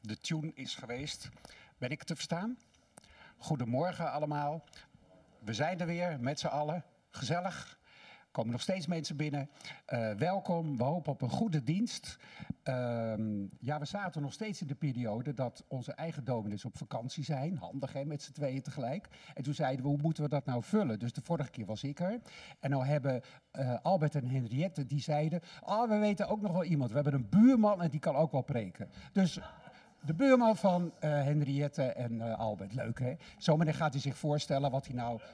De tune is geweest. Ben ik te verstaan? Goedemorgen allemaal. We zijn er weer met z'n allen. Gezellig. Er komen nog steeds mensen binnen. Welkom. We hopen op een goede dienst. We zaten nog steeds in de periode dat onze eigen dominees op vakantie zijn. Handig hè, met z'n tweeën tegelijk. En toen zeiden we, hoe moeten we dat nou vullen? Dus de vorige keer was ik er. En nou hebben Albert en Henriette, die zeiden, we weten ook nog wel iemand. We hebben een buurman en die kan ook wel preken. Dus de buurman van Henriette en Albert. Leuk hè? Zometeen gaat hij zich voorstellen wat hij nou...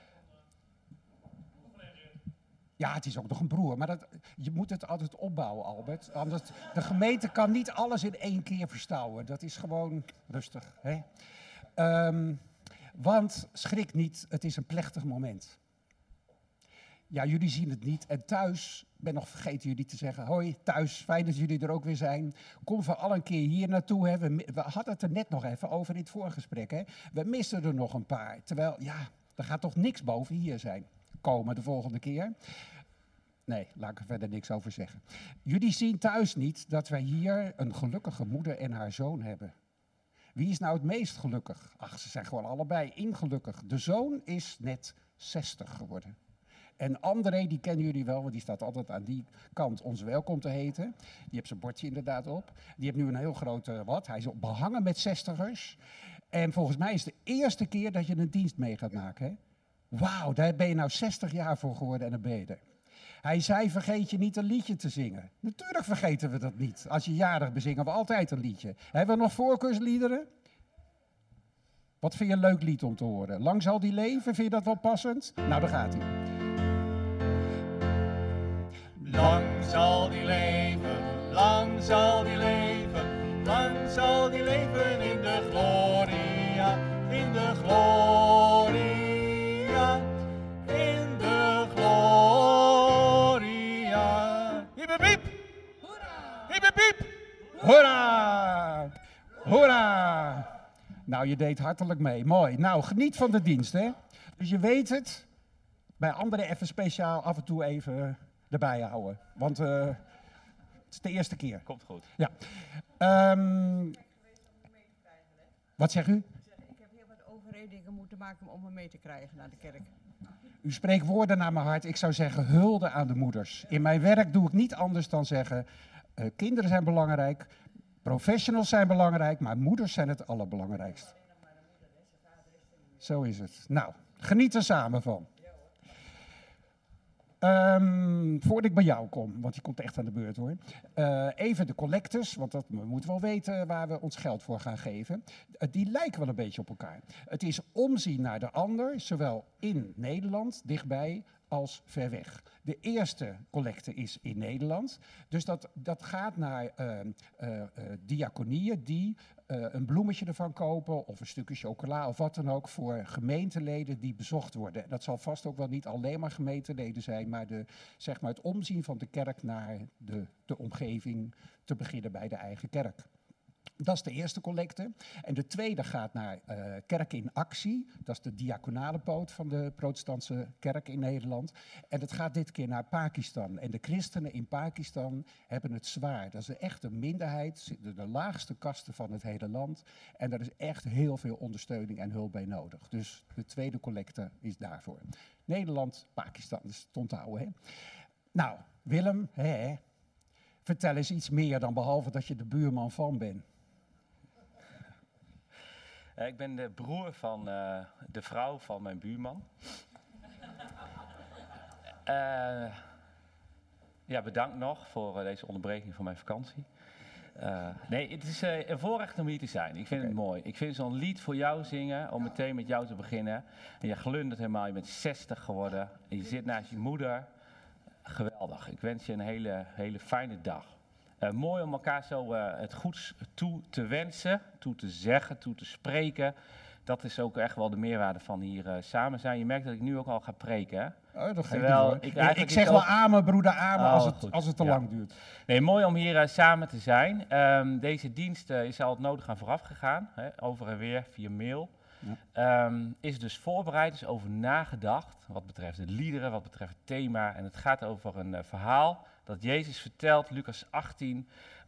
Ja, het is ook nog een broer, maar je moet het altijd opbouwen, Albert. Anders, de gemeente kan niet alles in één keer verstouwen. Dat is gewoon rustig. Hè? Want schrik niet, het is een plechtig moment. Ja, jullie zien het niet. En thuis, ik ben nog vergeten jullie te zeggen. Hoi, thuis, fijn dat jullie er ook weer zijn. Kom vooral een keer hier naartoe. Hè. We hadden het er net nog even over in het voorgesprek. Hè. We missen er nog een paar. Terwijl, ja, er gaat toch niks boven hier zijn. Komen de volgende keer. Nee, laat ik er verder niks over zeggen. Jullie zien thuis niet dat wij hier een gelukkige moeder en haar zoon hebben. Wie is nou het meest gelukkig? Ach, ze zijn gewoon allebei ingelukkig. De zoon is net 60 geworden. En André, die kennen jullie wel, want die staat altijd aan die kant ons welkom te heten. Die heeft zijn bordje inderdaad op. Die heeft nu een heel grote Hij is behangen met 60ers. En volgens mij is het de eerste keer dat je een dienst mee gaat maken, hè? Wauw, daar ben je nou 60 jaar voor geworden en dan ben je er. Hij zei, vergeet je niet een liedje te zingen. Natuurlijk vergeten we dat niet. Als je jarig bent, zingen we altijd een liedje. Hebben we nog voorkeursliederen? Wat vind je een leuk lied om te horen? Lang zal die leven, vind je dat wel passend? Nou, daar gaat hij. Lang zal die leven, lang zal die leven, lang zal die leven in de gloria, in de gloria, in de gloria. Hiep, hiep, hiep. Hoera! Hiep, hiep, hiep. Hoera! Hoera! Nou, je deed hartelijk mee. Mooi. Nou, geniet van de dienst, hè. Dus je weet het. Bij anderen even speciaal af en toe even erbij houden. Want het is de eerste keer. Komt goed. Ja. Wat zegt u? Ik heb heel wat overredingen moeten maken om me mee te krijgen naar de kerk. U spreekt woorden naar mijn hart. Ik zou zeggen hulde aan de moeders. In mijn werk doe ik niet anders dan zeggen, kinderen zijn belangrijk, professionals zijn belangrijk, maar moeders zijn het allerbelangrijkst. Zo is het. Nou, geniet er samen van. Voordat ik bij jou kom, want die komt echt aan de beurt hoor. Even de collectes, want we moeten wel weten waar we ons geld voor gaan geven. Die lijken wel een beetje op elkaar. Het is omzien naar de ander, zowel in Nederland, dichtbij, als ver weg. De eerste collecte is in Nederland. Dus dat gaat naar diaconieën die een bloemetje ervan kopen of een stukje chocola of wat dan ook voor gemeenteleden die bezocht worden. Dat zal vast ook wel niet alleen maar gemeenteleden zijn, maar, het omzien van de kerk naar de omgeving, te beginnen bij de eigen kerk. Dat is de eerste collecte. En de tweede gaat naar Kerk in Actie. Dat is de diaconale poot van de protestantse kerk in Nederland. En het gaat dit keer naar Pakistan. En de christenen in Pakistan hebben het zwaar. Dat is echt een minderheid, zitten de laagste kasten van het hele land. En daar is echt heel veel ondersteuning en hulp bij nodig. Dus de tweede collecte is daarvoor. Nederland, Pakistan, dat is te onthouden. Hè? Nou, Willem, vertel eens iets meer dan behalve dat je de buurman van bent. Ik ben de broer van de vrouw van mijn buurman. Bedankt nog voor deze onderbreking van mijn vakantie. Het is een voorrecht om hier te zijn. Ik vind het mooi. Ik vind zo'n lied voor jou zingen, om meteen met jou te beginnen. En je glundert helemaal, je bent 60 geworden. En je zit naast je moeder. Geweldig. Ik wens je een hele fijne dag. Mooi om elkaar zo het goeds toe te wensen, toe te zeggen, toe te spreken. Dat is ook echt wel de meerwaarde van hier samen zijn. Je merkt dat ik nu ook al ga preken. Hè? Oh, dat geeft niet hoor. Ik zeg wel amen, broeder, amen, als het te lang duurt. Nee, mooi om hier samen te zijn. Deze dienst is al het nodig aan vooraf gegaan, over en weer via mail. Ja. Is dus voorbereid, is over nagedacht, wat betreft de liederen, wat betreft het thema. En het gaat over een verhaal dat Jezus vertelt, Lucas 18,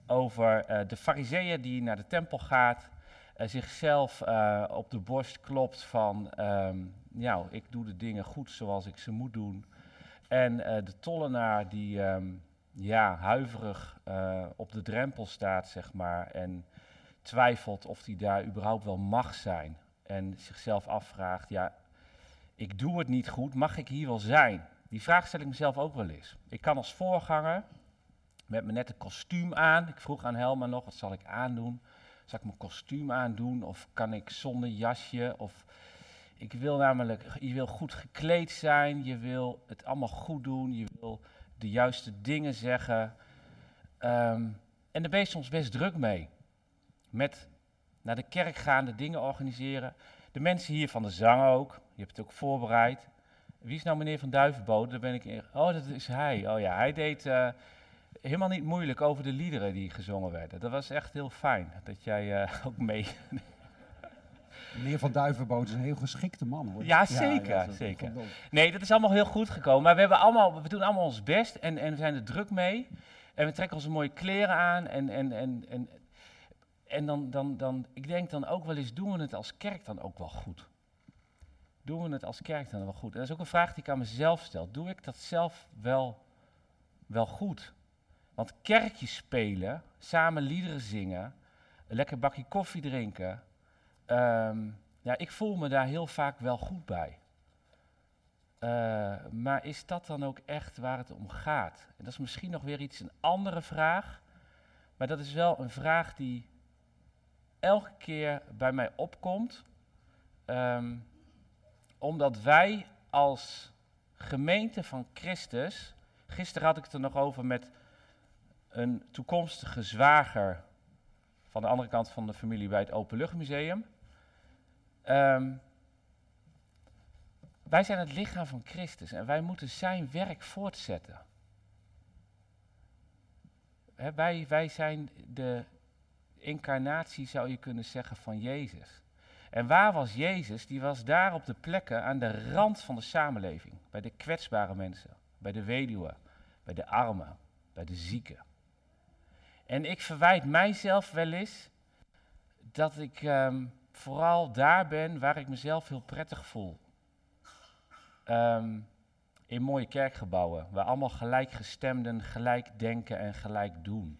over de farizeeën die naar de tempel gaat, zichzelf op de borst klopt van, nou, ik doe de dingen goed zoals ik ze moet doen. En de tollenaar die huiverig op de drempel staat, zeg maar, en twijfelt of hij daar überhaupt wel mag zijn. En zichzelf afvraagt, ja, ik doe het niet goed, mag ik hier wel zijn? Die vraag stel ik mezelf ook wel eens. Ik kan als voorganger met me net een kostuum aan. Ik vroeg aan Helma nog, wat zal ik aandoen? Zal ik mijn kostuum aandoen of kan ik zonder jasje? Of ik wil namelijk, je wil goed gekleed zijn, je wil het allemaal goed doen, je wil de juiste dingen zeggen. En daar ben je soms best druk mee. Met naar de kerk gaan, de dingen organiseren. De mensen hier van de zang ook, je hebt het ook voorbereid. Wie is nou meneer Van Duivenbode? Daar ben ik in. Oh, dat is hij. Oh ja, hij deed helemaal niet moeilijk over de liederen die gezongen werden. Dat was echt heel fijn dat jij ook mee... Meneer Van Duivenbode is een heel geschikte man, hoor. Ja, zeker, zeker. Nee, dat is allemaal heel goed gekomen. Maar we doen allemaal ons best en we zijn er druk mee. En we trekken onze mooie kleren aan. En dan, ik denk dan ook wel eens, doen we het als kerk dan ook wel goed? Doen we het als kerk dan wel goed? En dat is ook een vraag die ik aan mezelf stel. Doe ik dat zelf wel goed? Want kerkjes spelen, samen liederen zingen, een lekker bakje koffie drinken. Ja, ik voel me daar heel vaak wel goed bij. Maar is dat dan ook echt waar het om gaat? En dat is misschien nog weer een andere vraag. Maar dat is wel een vraag die elke keer bij mij opkomt. Omdat wij als gemeente van Christus... Gisteren had ik het er nog over met een toekomstige zwager van de andere kant van de familie bij het Openluchtmuseum. Wij zijn het lichaam van Christus en wij moeten zijn werk voortzetten. Wij zijn de incarnatie, zou je kunnen zeggen, van Jezus. En waar was Jezus? Die was daar op de plekken aan de rand van de samenleving. Bij de kwetsbare mensen, bij de weduwen, bij de armen, bij de zieken. En ik verwijt mijzelf wel eens dat ik vooral daar ben waar ik mezelf heel prettig voel. In mooie kerkgebouwen, waar allemaal gelijkgestemden gelijk denken en gelijk doen.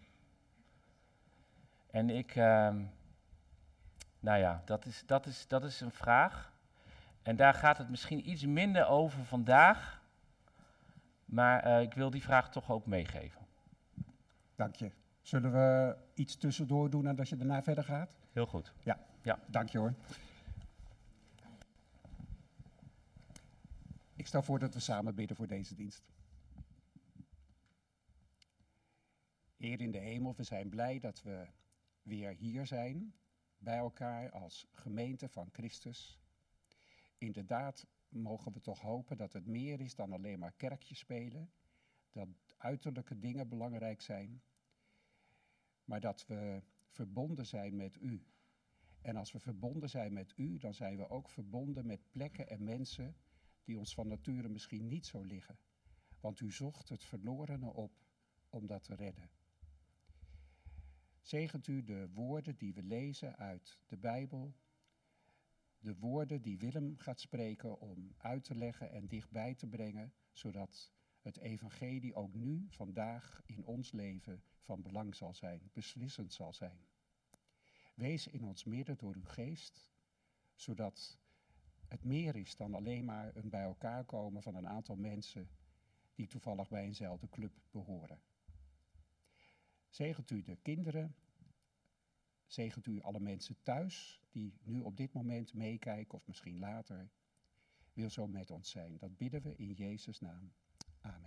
En ik, nou ja, dat is een vraag. En daar gaat het misschien iets minder over vandaag. Maar ik wil die vraag toch ook meegeven. Dank je. Zullen we iets tussendoor doen en dat je daarna verder gaat? Heel goed. Ja. Dank je, hoor. Ik stel voor dat we samen bidden voor deze dienst. Heer in de hemel, we zijn blij dat we weer hier zijn, bij elkaar als gemeente van Christus. Inderdaad mogen we toch hopen dat het meer is dan alleen maar kerkjes spelen, dat uiterlijke dingen belangrijk zijn, maar dat we verbonden zijn met u. En als we verbonden zijn met u, dan zijn we ook verbonden met plekken en mensen die ons van nature misschien niet zo liggen. Want u zocht het verlorene op om dat te redden. Zegent u de woorden die we lezen uit de Bijbel, de woorden die Willem gaat spreken om uit te leggen en dichtbij te brengen, zodat het evangelie ook nu, vandaag, in ons leven van belang zal zijn, beslissend zal zijn. Wees in ons midden door uw geest, zodat het meer is dan alleen maar een bij elkaar komen van een aantal mensen die toevallig bij eenzelfde club behoren. Zegent u de kinderen, zegent u alle mensen thuis die nu op dit moment meekijken of misschien later. Wil zo met ons zijn. Dat bidden we in Jezus' naam. Amen.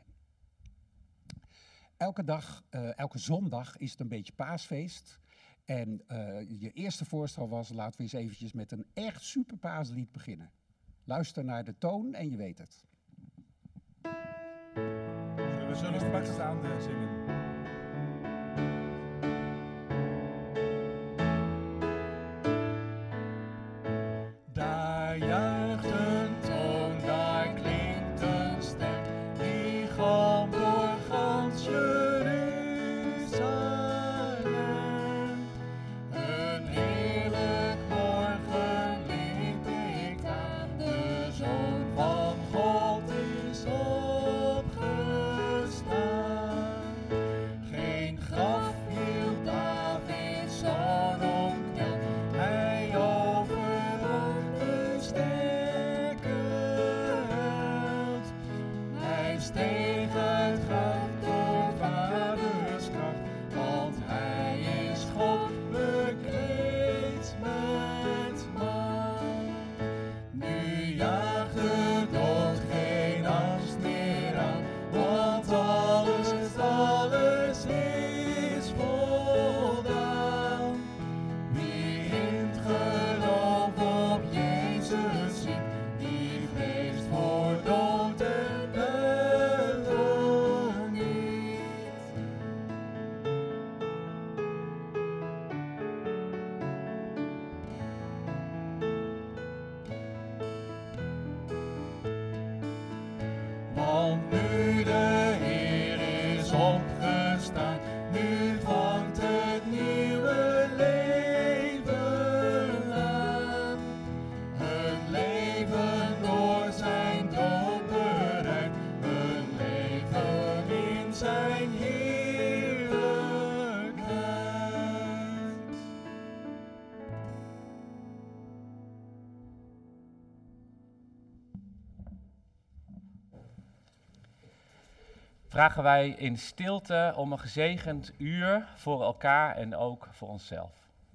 Elke zondag is het een beetje paasfeest. En je eerste voorstel was, laten we eens eventjes met een echt super paaslied beginnen. Luister naar de toon en je weet het. We zullen eens maar staan zingen. Daar juicht een toon, daar klinkt een stem, die galmt door gans Jeruzalem. Want nu de Heer is opgestaan, nu vangt het nieuwe leven aan. Een leven door zijn dood bereid, een leven in zijn heerlijkheid. Vragen wij in stilte om een gezegend uur voor elkaar en ook voor onszelf.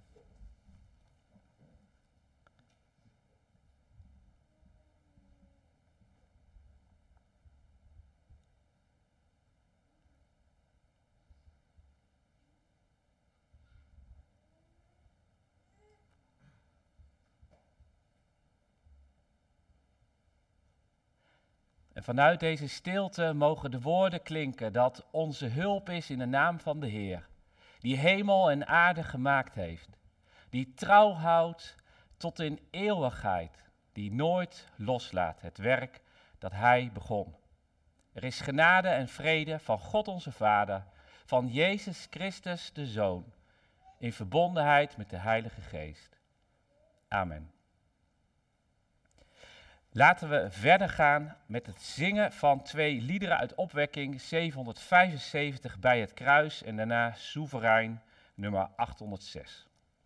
En vanuit deze stilte mogen de woorden klinken dat onze hulp is in de naam van de Heer, die hemel en aarde gemaakt heeft, die trouw houdt tot in eeuwigheid, die nooit loslaat het werk dat Hij begon. Er is genade en vrede van God onze Vader, van Jezus Christus de Zoon, in verbondenheid met de Heilige Geest. Amen. Laten we verder gaan met het zingen van 2 liederen uit Opwekking 775 bij het kruis en daarna Soeverein nummer 806.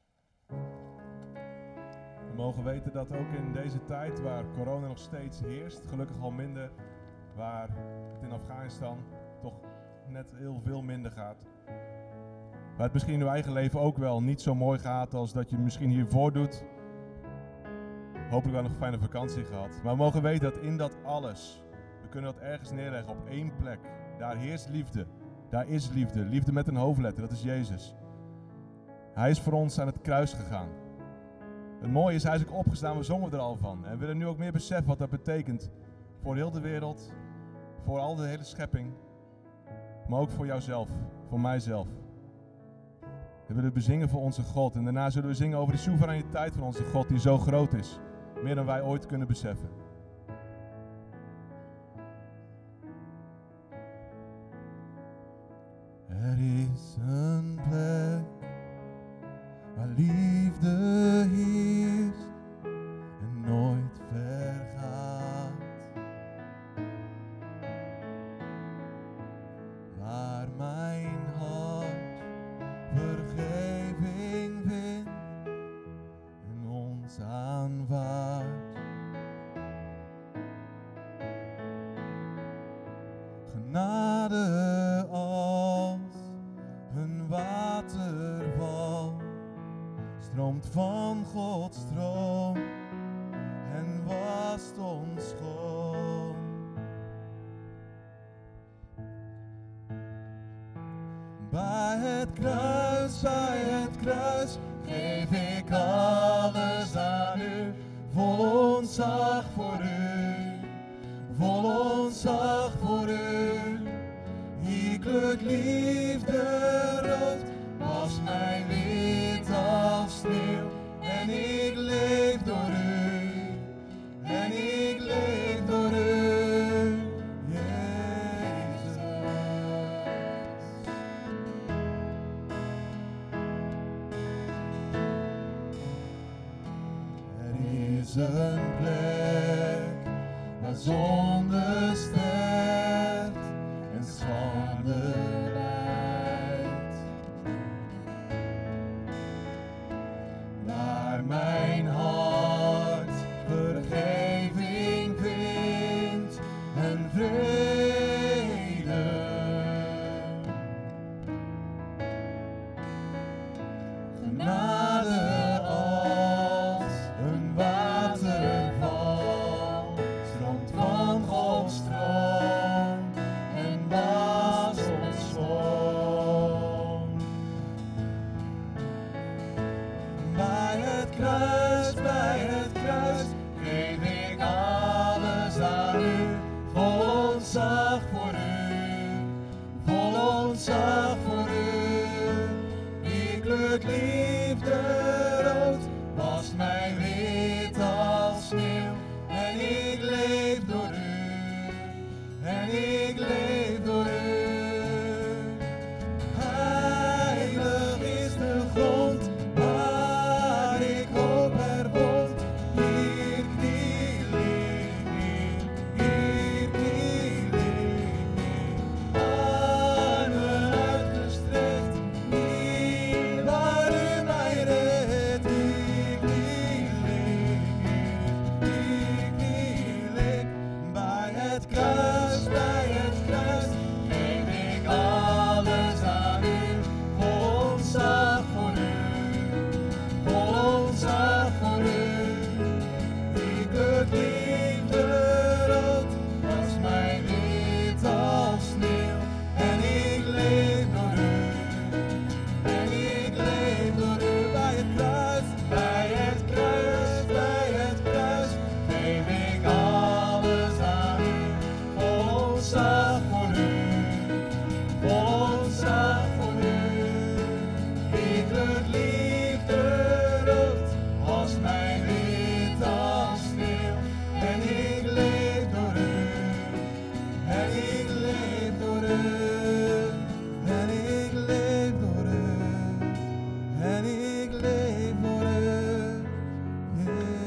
We mogen weten dat ook in deze tijd waar corona nog steeds heerst, gelukkig al minder, waar het in Afghanistan toch net heel veel minder gaat. Waar het misschien in uw eigen leven ook wel niet zo mooi gaat als dat je misschien hiervoor doet. Hopelijk wel nog een fijne vakantie gehad. Maar we mogen weten dat in dat alles, we kunnen dat ergens neerleggen op één plek. Daar heerst liefde. Daar is liefde. Liefde met een hoofdletter, dat is Jezus. Hij is voor ons aan het kruis gegaan. Het mooie is, hij is ook opgestaan, we zongen er al van. En we willen nu ook meer beseffen wat dat betekent. Voor heel de wereld, voor al de hele schepping. Maar ook voor jouzelf, voor mijzelf. We willen bezingen voor onze God. En daarna zullen we zingen over de soevereiniteit van onze God, die zo groot is. Meer dan wij ooit kunnen beseffen. Er is een plek waar liefde heerst en nooit vergaat. Waar mijn hart vergeving vindt en ons aanvaardt. Genade als een waterval stroomt van Gods troon en wast ons schoon. Bij het kruis geef ik alles aan u, vol ontzag voor u, vol ontzag voor u. Ik kleurt liefde rood, was mijn wit als sneeuw, en ik leef door u, en ik leef door u, Jezus. Er is een plek waar zonde sterft en schande lijdt. Waar mijn hart vergeving vindt en vrede. Genade als een waterval stroomt van Gods troon en was ons schoon. Bij het kruis geef ik alles aan u, vol ontzag voor u, vol ontzag voor u. Ik kleurt liefde rood, wast mij wit als sneeuw, en ik leef door u, en en ik leef voor u, Jezus.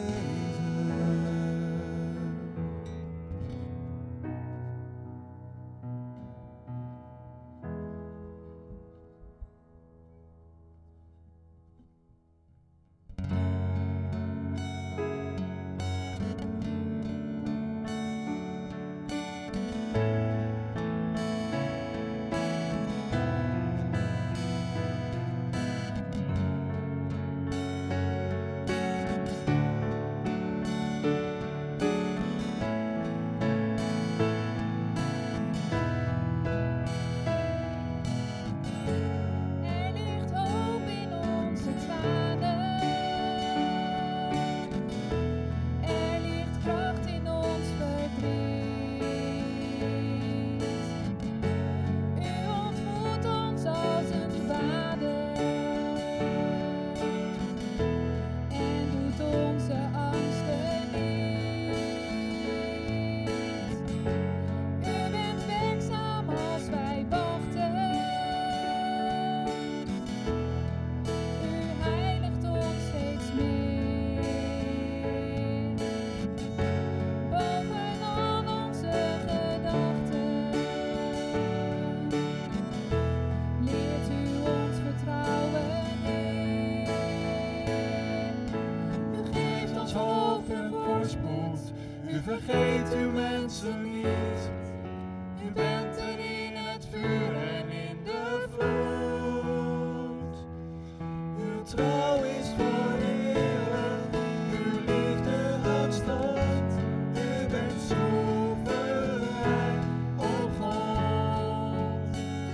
Er ligt hoop in onze tranen. Er ligt kracht in ons verdriet. U ontmoet ons als een vader en doet onze angsten niet. U bent werkzaam als wij wachten. U heiligt ons steeds meer. Boven al onze gedachten leert u ons vertrouwen in. U geeft ons hoop en voorspoed. U vergeet uw mensen niet. U bent er in het vuur en in de vloed. Uw trouw is voor eeuwig. Uw liefde houdt stand. U bent soeverein, o God.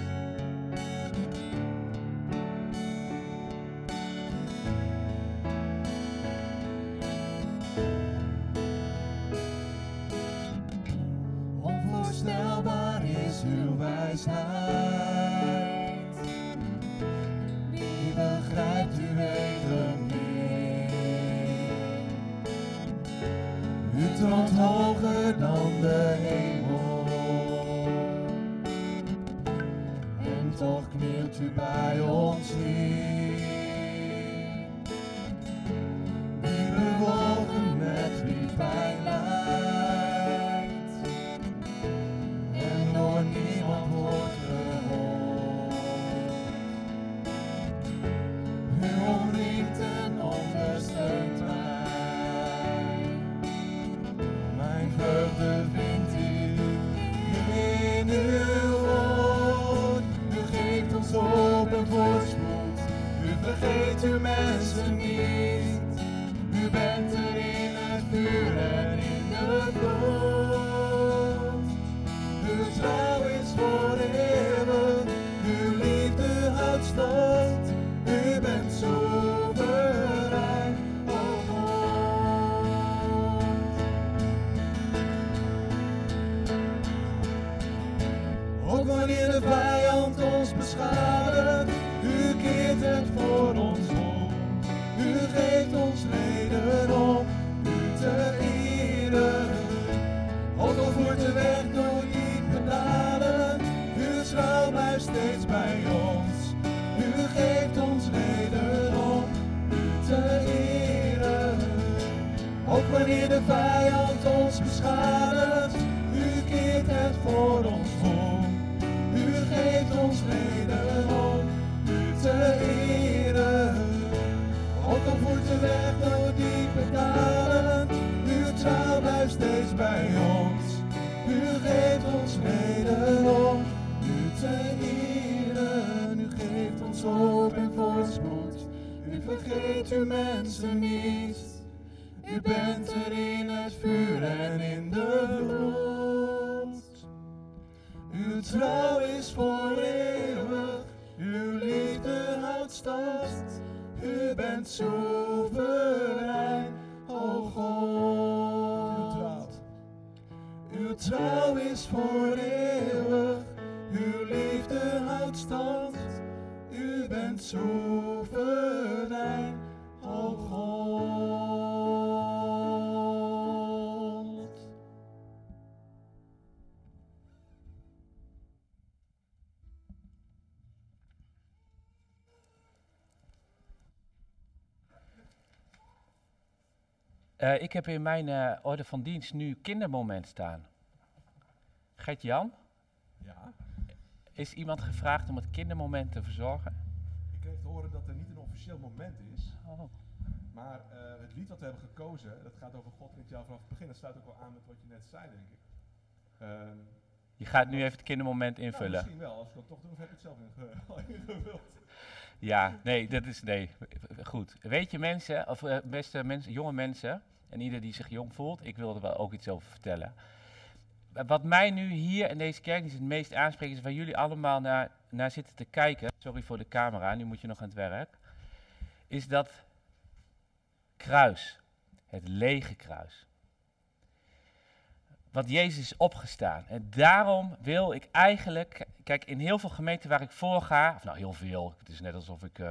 Onvoorstelbaar is uw wijsheid. Wie begrijpt uw wegen meer? U troont hoger dan de hemel. En toch knielt u bij ons neer. Wie bewogen met wie pijn lijdt. En door niemand wordt gehoord. U omringt en ondersteunt mij. Mijn vreugde vindt u in uw woord. U geeft ons hoop en voorspoed. U vergeet uw mensen niet. U bent er in het vuur en in de vloed. Uw trouw is voor eeuwig. Uw liefde houdt stand. U bent soeverein, o God. Ook wanneer de vijand ons beschadigt, u keert het voor ons om. U geeft ons reden om u te eren. Ook al voert de weg door diepe dalen, uw trouw blijft steeds bij ons. U geeft ons reden om u te eren. Ook wanneer de vijand ons beschadigt, u keert het voor ons om. U geeft ons reden om u te eren. Ook al voert de weg door diepe dalen, uw trouw blijft steeds bij ons. U geeft ons reden om u te eren. U geeft ons hoop en voorspoed. U vergeet uw mensen niet. U bent er in het vuur en in de vloed. Uw trouw is voor eeuwig. Uw liefde houdt stand. U bent soeverein, o God. Uw trouw is voor eeuwig. Uw liefde houdt stand. U bent soeverein, o God. Ik heb in mijn orde van dienst nu kindermoment staan. Gert-Jan, Ja, is iemand gevraagd om het kindermoment te verzorgen? ik kreeg te horen dat er niet een officieel moment is. Oh. Maar het lied wat we hebben gekozen, dat gaat over God kent jou vanaf het begin. Dat sluit ook wel aan met wat je net zei, denk ik. Je gaat nu even het kindermoment Nou, invullen. misschien wel, als ik dat toch doe, of heb je het zelf al ingevuld? Ja, nee, nee. Goed. Weet je mensen, of beste mensen, jonge mensen, en ieder die zich jong voelt, ik wil er wel ook iets over vertellen. Wat mij nu hier in deze kerk het meest aanspreekt, is waar jullie allemaal naar zitten te kijken. Sorry voor de camera, nu moet je nog aan het werk. Is dat kruis, het lege kruis. Want Jezus is opgestaan. En daarom wil ik eigenlijk, kijk, in heel veel gemeenten waar ik voor ga, of nou heel veel, het is net alsof ik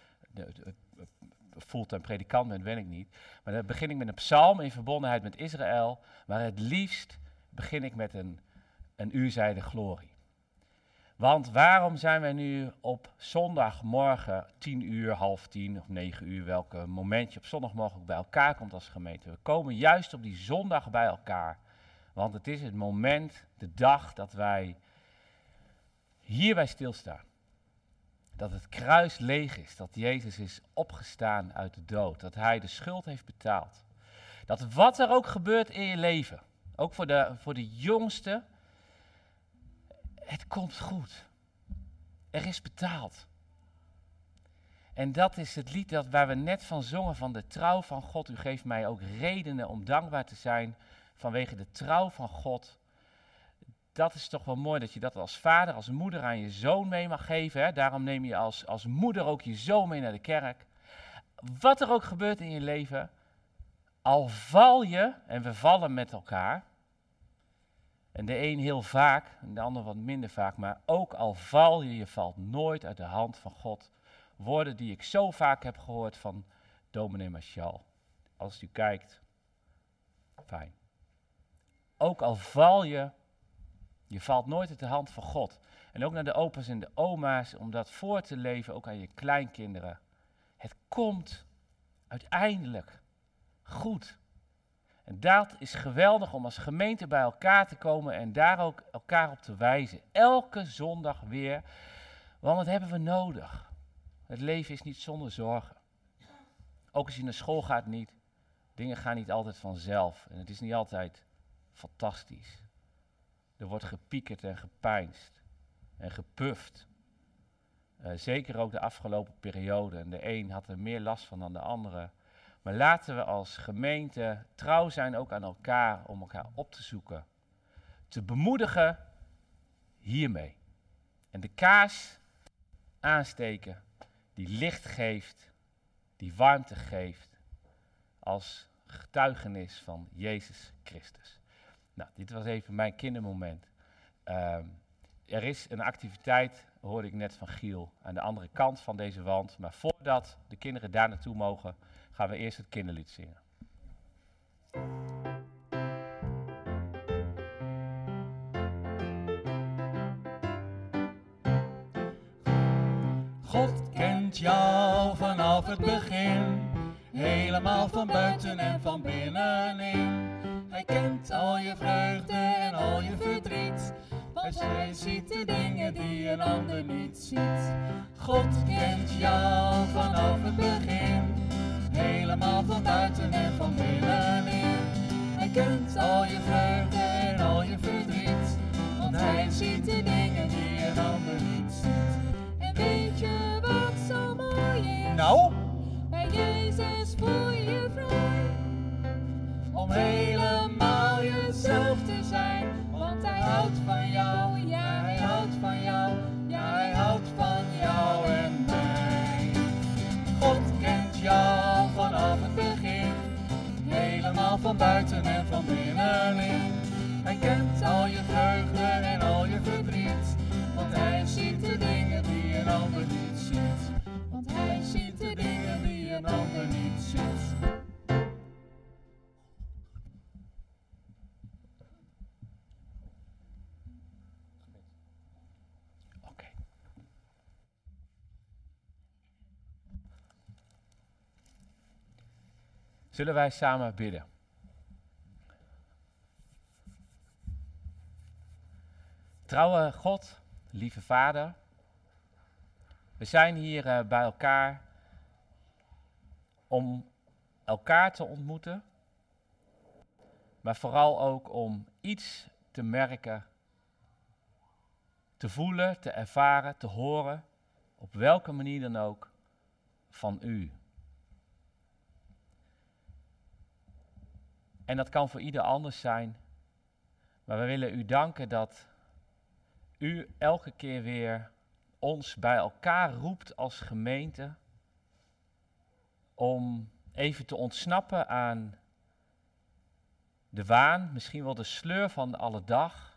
fulltime predikant ben, ben ik niet. Maar dan begin ik met een psalm in verbondenheid met Israël, maar het liefst begin ik met een uurzijde glorie. Want waarom zijn wij nu op zondagmorgen 10:00, 9:30 of 9:00, welke moment je op zondagmorgen ook bij elkaar komt als gemeente? We komen juist op die zondag bij elkaar. Want het is het moment, de dag dat wij hierbij stilstaan. Dat het kruis leeg is, dat Jezus is opgestaan uit de dood, dat hij de schuld heeft betaald. Dat wat er ook gebeurt in je leven, ook voor de jongste, het komt goed. Er is betaald. En dat is het lied waar we net van zongen, van de trouw van God. U geeft mij ook redenen om dankbaar te zijn vanwege de trouw van God. Dat is toch wel mooi dat je dat als vader, als moeder aan je zoon mee mag geven. Hè? Daarom neem je als moeder ook je zoon mee naar de kerk. Wat er ook gebeurt in je leven, al val je, en we vallen met elkaar, en de een heel vaak, en de ander wat minder vaak, maar ook al val je, je valt nooit uit de hand van God. Woorden die ik zo vaak heb gehoord van dominee Marchal. Als u kijkt, fijn. Ook al val je, je valt nooit uit de hand van God. En ook naar de opa's en de oma's, om dat voor te leven, ook aan je kleinkinderen. Het komt uiteindelijk goed. En dat is geweldig om als gemeente bij elkaar te komen en daar ook elkaar op te wijzen. Elke zondag weer, want dat hebben we nodig. Het leven is niet zonder zorgen. Ook als je naar school gaat niet. Dingen gaan niet altijd vanzelf en het is niet altijd fantastisch. Er wordt gepiekerd en gepeinsd en gepuft. Zeker ook de afgelopen periode. En de een had er meer last van dan de andere. Maar laten we als gemeente trouw zijn ook aan elkaar om elkaar op te zoeken. Te bemoedigen hiermee. En de kaars aansteken die licht geeft, die warmte geeft als getuigenis van Jezus Christus. Nou, dit was even mijn kindermoment. Er is een activiteit, hoorde ik net van Giel, aan de andere kant van deze wand. Maar voordat de kinderen daar naartoe mogen, gaan we eerst het kinderlied zingen. God kent jou vanaf het begin, helemaal van buiten en van binnenin. Hij kent al je vreugde en al je verdriet, want hij ziet de dingen die een ander niet ziet. God kent jou vanaf het begin, helemaal van buiten en van binnenin. Hij kent al je vreugde en al je verdriet, want hij ziet de dingen die een ander niet ziet. En weet je wat zo mooi is? Nou, Bij Jezus voel je vrij. om helemaal Jezelf te zijn, want hij houdt van jou. Ja, hij houdt van jou. Ja, hij houdt van jou en mij. God kent jou vanaf het begin, helemaal van buiten en van binnenin. Hij kent al je vreugde en al je verdriet, want hij ziet de dingen die een ander niet ziet. Want hij ziet de dingen die een ander niet ziet. Oké. Zullen wij samen bidden? Trouwe God, lieve Vader, we zijn hier bij elkaar om elkaar te ontmoeten, maar vooral ook om iets te merken, te voelen, te ervaren, te horen, op welke manier dan ook, van u. En dat kan voor ieder anders zijn, maar we willen u danken dat u elke keer weer ons bij elkaar roept als gemeente om even te ontsnappen aan de waan, misschien wel de sleur van de alledag.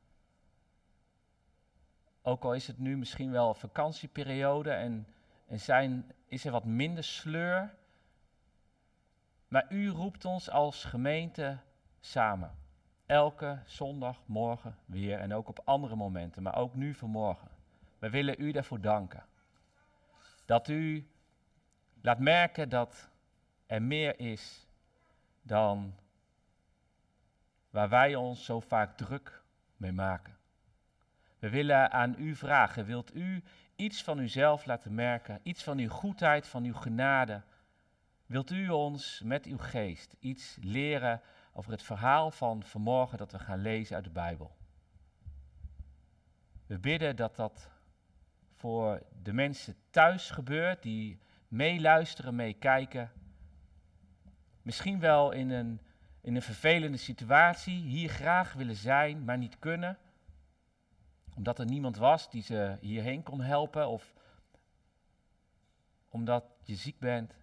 Ook al is het nu misschien wel een vakantieperiode en is er wat minder sleur. Maar u roept ons als gemeente samen. Elke zondagmorgen weer en ook op andere momenten, maar ook nu vanmorgen. We willen u daarvoor danken. Dat u laat merken dat er meer is dan waar wij ons zo vaak druk mee maken. We willen aan u vragen, wilt u iets van uzelf laten merken, iets van uw goedheid, van uw genade? Wilt u ons met uw geest iets leren over het verhaal van vanmorgen dat we gaan lezen uit de Bijbel? We bidden dat dat voor de mensen thuis gebeurt, die meeluisteren, meekijken. Misschien wel in een vervelende situatie, hier graag willen zijn, maar niet kunnen. Omdat er niemand was die ze hierheen kon helpen of omdat je ziek bent.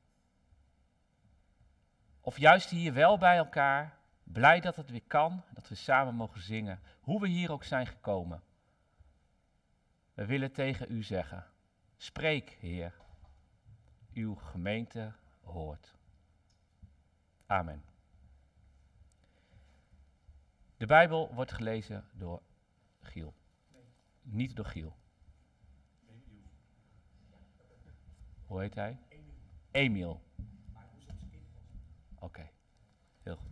Of juist hier wel bij elkaar, blij dat het weer kan, dat we samen mogen zingen, hoe we hier ook zijn gekomen. We willen tegen u zeggen, spreek Heer, uw gemeente hoort. Amen. De Bijbel wordt gelezen door Giel. Niet door Giel. Hoe heet hij? Emiel. Oké, heel goed.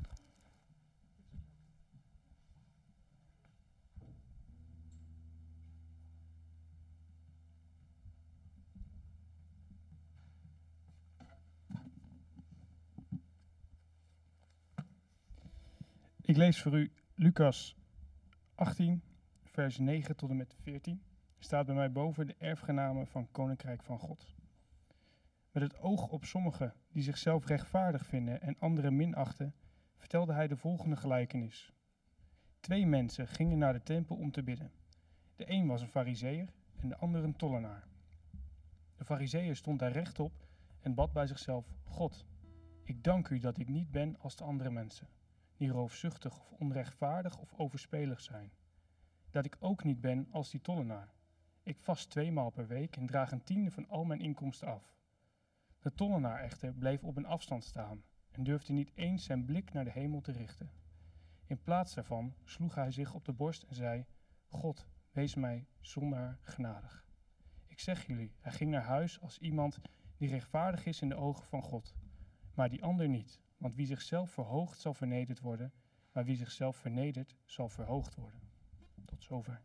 Ik lees voor u Lucas 18, vers 9 tot en met 14. Staat bij mij boven de erfgenamen van Koninkrijk van God. Met het oog op sommigen die zichzelf rechtvaardig vinden en anderen minachten, vertelde hij de volgende gelijkenis. 2 mensen gingen naar de tempel om te bidden. De een was een farizeeër en de ander een tollenaar. De farizeeër stond daar rechtop en bad bij zichzelf: God, ik dank u dat ik niet ben als de andere mensen, die roofzuchtig of onrechtvaardig of overspelig zijn. Dat ik ook niet ben als die tollenaar. Ik vast 2 maal per week en draag een 10e van al mijn inkomsten af. De tollenaar echter bleef op een afstand staan en durfde niet eens zijn blik naar de hemel te richten. In plaats daarvan sloeg hij zich op de borst en zei: God, wees mij zondaar genadig. Ik zeg jullie, hij ging naar huis als iemand die rechtvaardig is in de ogen van God. Maar die ander niet, want wie zichzelf verhoogt zal vernederd worden, maar wie zichzelf vernedert zal verhoogd worden. Tot zover.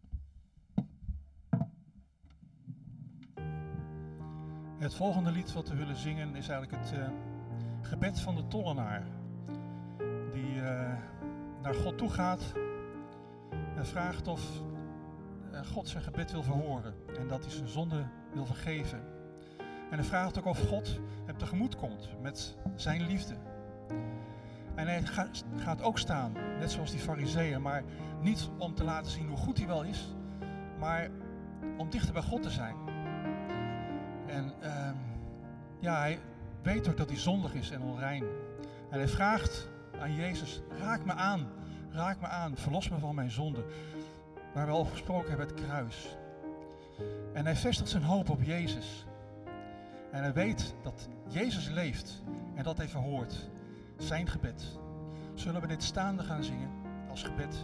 Het volgende lied wat we willen zingen is eigenlijk het gebed van de tollenaar. Die naar God toe gaat en vraagt of God zijn gebed wil verhoren. En dat hij zijn zonde wil vergeven. En hij vraagt ook of God hem tegemoet komt met zijn liefde. En hij gaat ook staan, net zoals die farizeeën, maar niet om te laten zien hoe goed hij wel is, maar om dichter bij God te zijn. En hij weet ook dat hij zondig is en onrein. En hij vraagt aan Jezus: raak me aan, verlos me van mijn zonde. Waar we al gesproken hebben, het kruis. En hij vestigt zijn hoop op Jezus. En hij weet dat Jezus leeft en dat hij verhoort zijn gebed. Zullen we dit staande gaan zingen als gebed?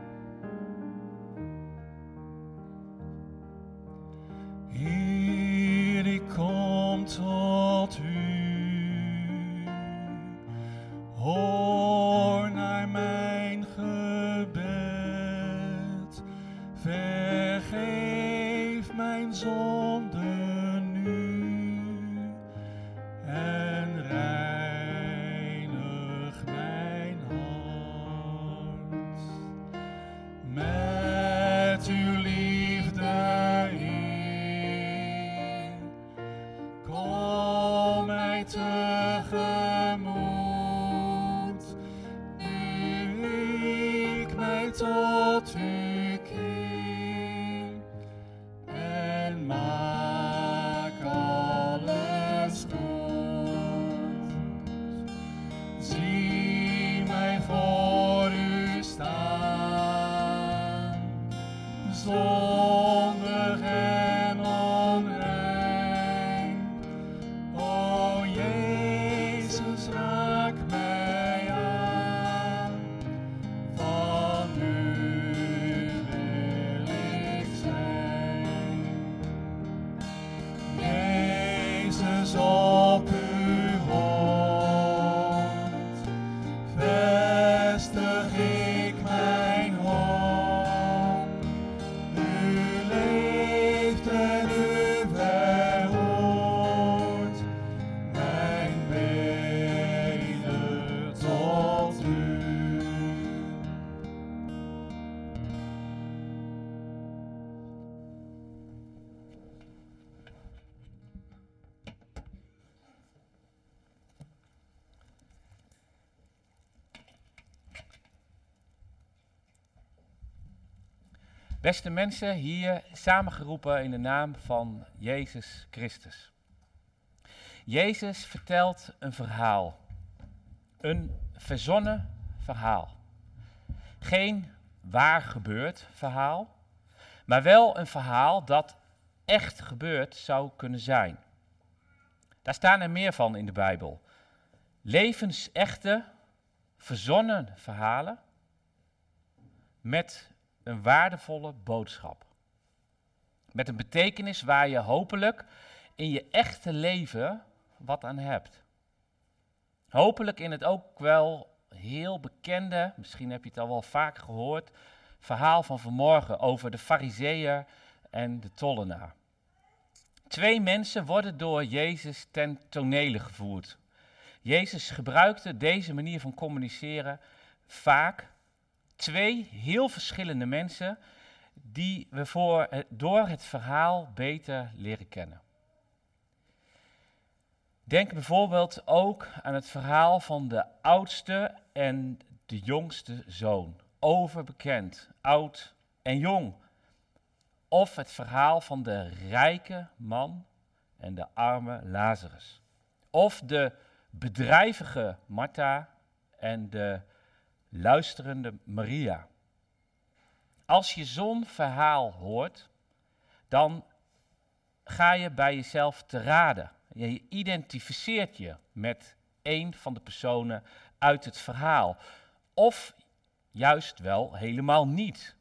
Heer, vergeef mijn zonden nu en reinig mijn hart met uw liefde, Heer. Kom mij tegemoet, nu ik mij tot u keer en maak alles goed. Zie mij voor u staan, zondig en onrein. O Jezus, raak mij aan, van u wil ik zijn. Jezus, op uw woord vestig ik mijn hoop. U leeft en u verhoort mijn beden tot u. Beste mensen, hier samengeroepen in de naam van Jezus Christus. Jezus vertelt een verhaal. Een verzonnen verhaal. Geen waar gebeurd verhaal, maar wel een verhaal dat echt gebeurd zou kunnen zijn. Daar staan er meer van in de Bijbel. Levensechte, verzonnen verhalen met een waardevolle boodschap. Met een betekenis waar je hopelijk in je echte leven wat aan hebt. Hopelijk in het ook wel heel bekende, misschien heb je het al wel vaak gehoord, verhaal van vanmorgen over de Farizeeër en de tollenaar. 2 mensen worden door Jezus ten tonele gevoerd. Jezus gebruikte deze manier van communiceren vaak. 2 heel verschillende mensen die we door het verhaal beter leren kennen. Denk bijvoorbeeld ook aan het verhaal van de oudste en de jongste zoon. Overbekend, oud en jong. Of het verhaal van de rijke man en de arme Lazarus. Of de bedrijvige Martha en de luisterende Maria. Als je zo'n verhaal hoort, dan ga je bij jezelf te raden. Je identificeert je met een van de personen uit het verhaal. Of juist wel helemaal niet.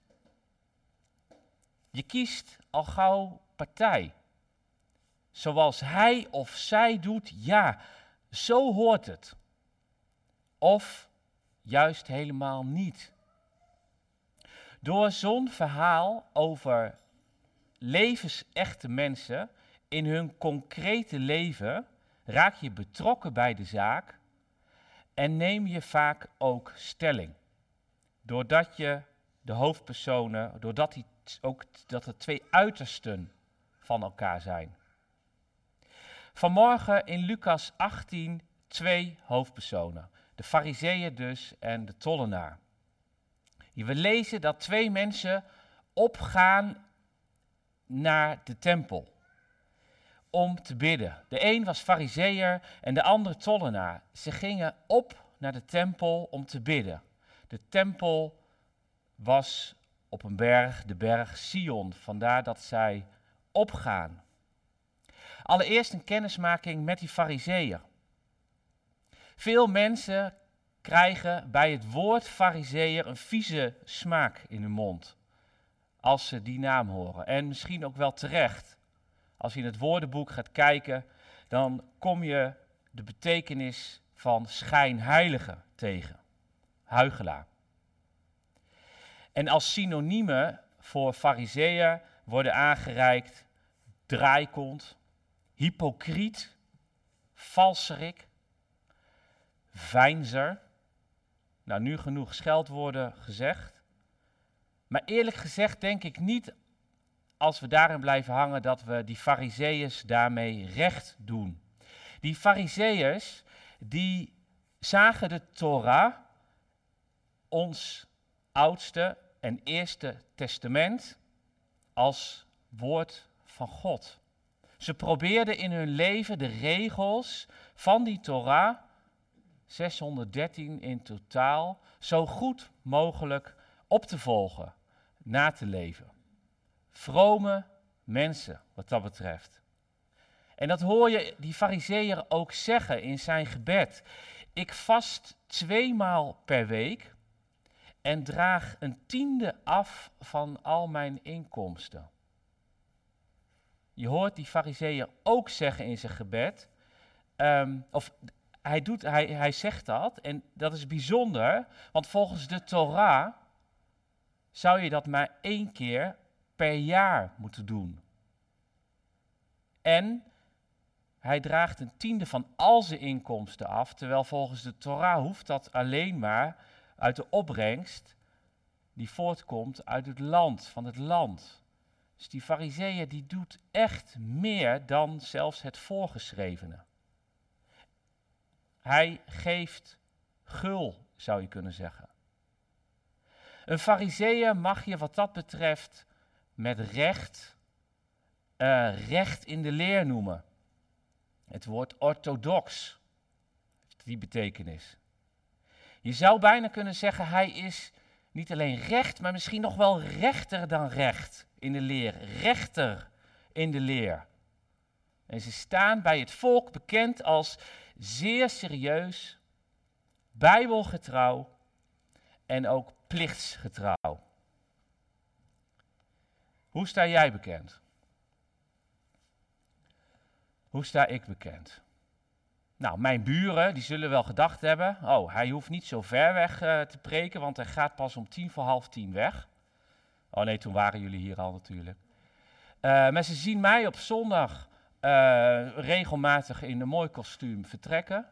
Je kiest al gauw partij. Zoals hij of zij doet, ja, zo hoort het. Of juist helemaal niet. Door zo'n verhaal over levensechte mensen in hun concrete leven raak je betrokken bij de zaak en neem je vaak ook stelling. Doordat je de hoofdpersonen, doordat dat er 2 uitersten van elkaar zijn. Vanmorgen in Lucas 18 2 hoofdpersonen. De Farizeeër dus en de tollenaar. We lezen dat 2 mensen opgaan naar de tempel om te bidden. De een was Farizeeër en de ander tollenaar. Ze gingen op naar de tempel om te bidden. De tempel was op een berg, de berg Sion, vandaar dat zij opgaan. Allereerst een kennismaking met die Farizeeër. Veel mensen krijgen bij het woord Farizeeër een vieze smaak in hun mond als ze die naam horen. En misschien ook wel terecht. Als je in het woordenboek gaat kijken, dan kom je de betekenis van schijnheilige tegen. Huichelaar. En als synoniemen voor Farizeeër worden aangereikt draaikont, hypocriet, valserik, veinzer. Nou, nu genoeg scheldwoorden gezegd. Maar eerlijk gezegd denk ik niet, als we daarin blijven hangen, dat we die Farizeeërs daarmee recht doen. Die Farizeeërs, die zagen de Torah, ons oudste en eerste testament, als woord van God. Ze probeerden in hun leven de regels van die Torah, 613 in totaal, zo goed mogelijk op te volgen, na te leven. Vrome mensen, wat dat betreft. En dat hoor je die Farizeeër ook zeggen in zijn gebed. Ik vast 2 maal per week en draag 1/10 af van al mijn inkomsten. Je hoort die Farizeeër ook zeggen in zijn gebed, hij zegt dat, en dat is bijzonder, want volgens de Torah zou je dat maar 1 keer per jaar moeten doen. En hij draagt 1/10 van al zijn inkomsten af, terwijl volgens de Torah hoeft dat alleen maar uit de opbrengst die voortkomt uit het land, van het land. Dus die Farizeeër die doet echt meer dan zelfs het voorgeschrevene. Hij geeft gul, zou je kunnen zeggen. Een Farizeeër mag je wat dat betreft met recht in de leer noemen. Het woord orthodox heeft die betekenis. Je zou bijna kunnen zeggen, hij is niet alleen recht, maar misschien nog wel rechter dan recht in de leer. Rechter in de leer. En ze staan bij het volk bekend als zeer serieus, bijbelgetrouw en ook plichtsgetrouw. Hoe sta jij bekend? Hoe sta ik bekend? Nou, mijn buren, die zullen wel gedacht hebben, oh, hij hoeft niet zo ver weg te preken, want hij gaat pas om 9:45 weg. Oh nee, toen waren jullie hier al natuurlijk. Maar ze zien mij op zondag regelmatig in een mooi kostuum vertrekken.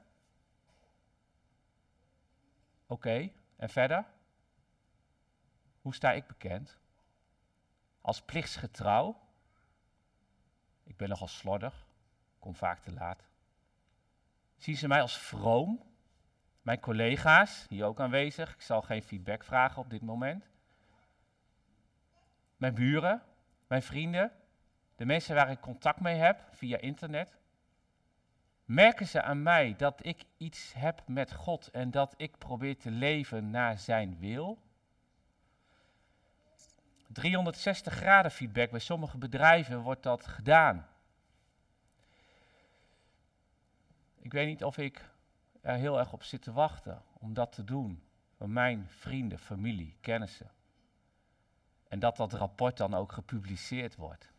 Oké, en verder? Hoe sta ik bekend? Als plichtsgetrouw. Ik ben nogal slordig, kom vaak te laat. Zien ze mij als vroom? Mijn collega's, hier ook aanwezig, ik zal geen feedback vragen op dit moment. Mijn buren, mijn vrienden, de mensen waar ik contact mee heb via internet. Merken ze aan mij dat ik iets heb met God en dat ik probeer te leven naar zijn wil? 360 graden feedback, bij sommige bedrijven wordt dat gedaan. Ik weet niet of ik er heel erg op zit te wachten om dat te doen. Voor mijn vrienden, familie, kennissen. En dat rapport dan ook gepubliceerd wordt.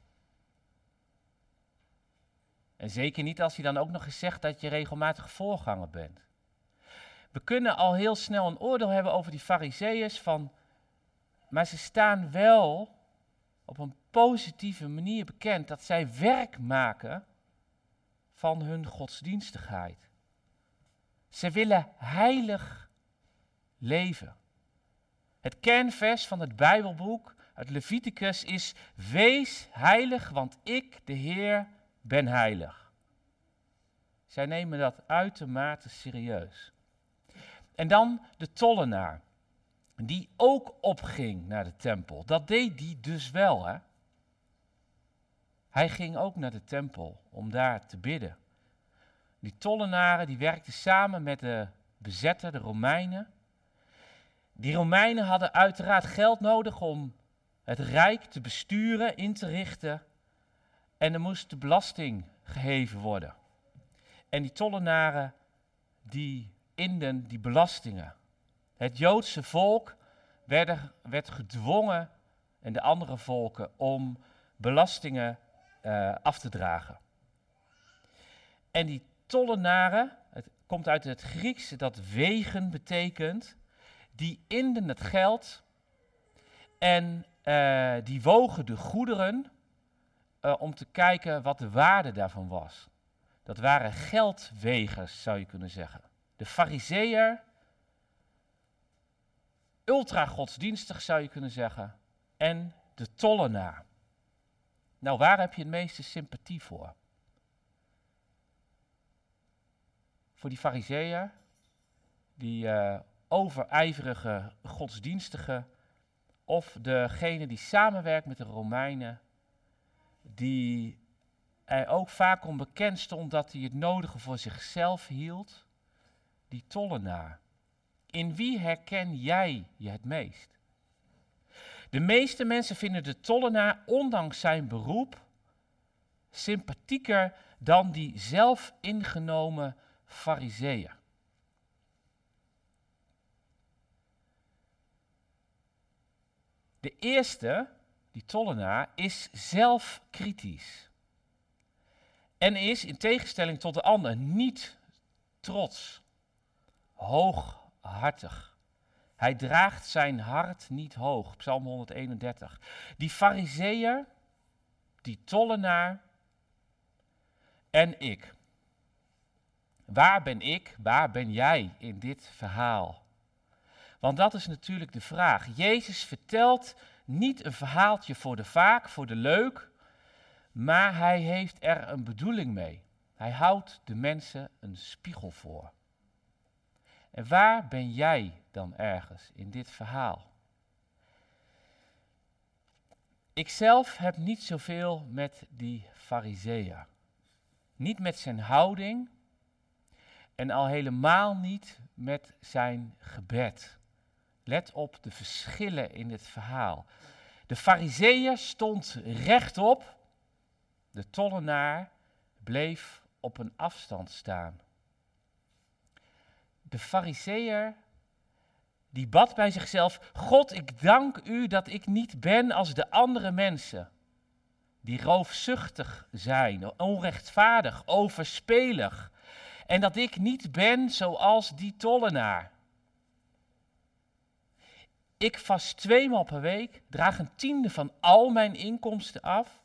En zeker niet als je dan ook nog eens zegt dat je regelmatig voorganger bent. We kunnen al heel snel een oordeel hebben over die Farizeeërs maar ze staan wel op een positieve manier bekend dat zij werk maken van hun godsdienstigheid. Ze willen heilig leven. Het kernvers van het Bijbelboek uit Leviticus is: wees heilig, want ik, de Heer, ben heilig. Zij nemen dat uitermate serieus. En dan de tollenaar, die ook opging naar de tempel. Dat deed hij dus wel, hè? Hij ging ook naar de tempel om daar te bidden. Die tollenaren die werkten samen met de bezetter, de Romeinen. Die Romeinen hadden uiteraard geld nodig om het rijk te besturen, in te richten. En er moest de belasting geheven worden. En die tollenaren die inden die belastingen. Het Joodse volk werd gedwongen, en de andere volken, om belastingen af te dragen. En die tollenaren, het komt uit het Grieks dat wegen betekent, die inden het geld en die wogen de goederen om te kijken wat de waarde daarvan was. Dat waren geldwegers, zou je kunnen zeggen. De Farizeeër, ultra godsdienstig zou je kunnen zeggen, en de tollenaar. Nou, waar heb je het meeste sympathie voor? Voor die Farizeeër, die overijverige godsdienstige, of degene die samenwerkt met de Romeinen, die er ook vaak om bekend stond dat hij het nodige voor zichzelf hield, die tollenaar. In wie herken jij je het meest? De meeste mensen vinden de tollenaar, ondanks zijn beroep, sympathieker dan die zelf ingenomen Farizeeër. De eerste, die tollenaar, is zelfkritisch. En is, in tegenstelling tot de ander, niet trots, hooghartig. Hij draagt zijn hart niet hoog, Psalm 131. Die Farizeeër, die tollenaar en ik. Waar ben ik, waar ben jij in dit verhaal? Want dat is natuurlijk de vraag. Jezus vertelt niet een verhaaltje voor de vaak, voor de leuk, maar hij heeft er een bedoeling mee. Hij houdt de mensen een spiegel voor. En waar ben jij dan ergens in dit verhaal? Ikzelf heb niet zoveel met die Farizeeër. Niet met zijn houding en al helemaal niet met zijn gebed. Let op de verschillen in dit verhaal. De Farizeeër stond rechtop, de tollenaar bleef op een afstand staan. De Farizeeër die bad bij zichzelf: God, ik dank u dat ik niet ben als de andere mensen. Die roofzuchtig zijn, onrechtvaardig, overspelig. En dat ik niet ben zoals die tollenaar. Ik vast 2 maal per week, draag 1/10 van al mijn inkomsten af.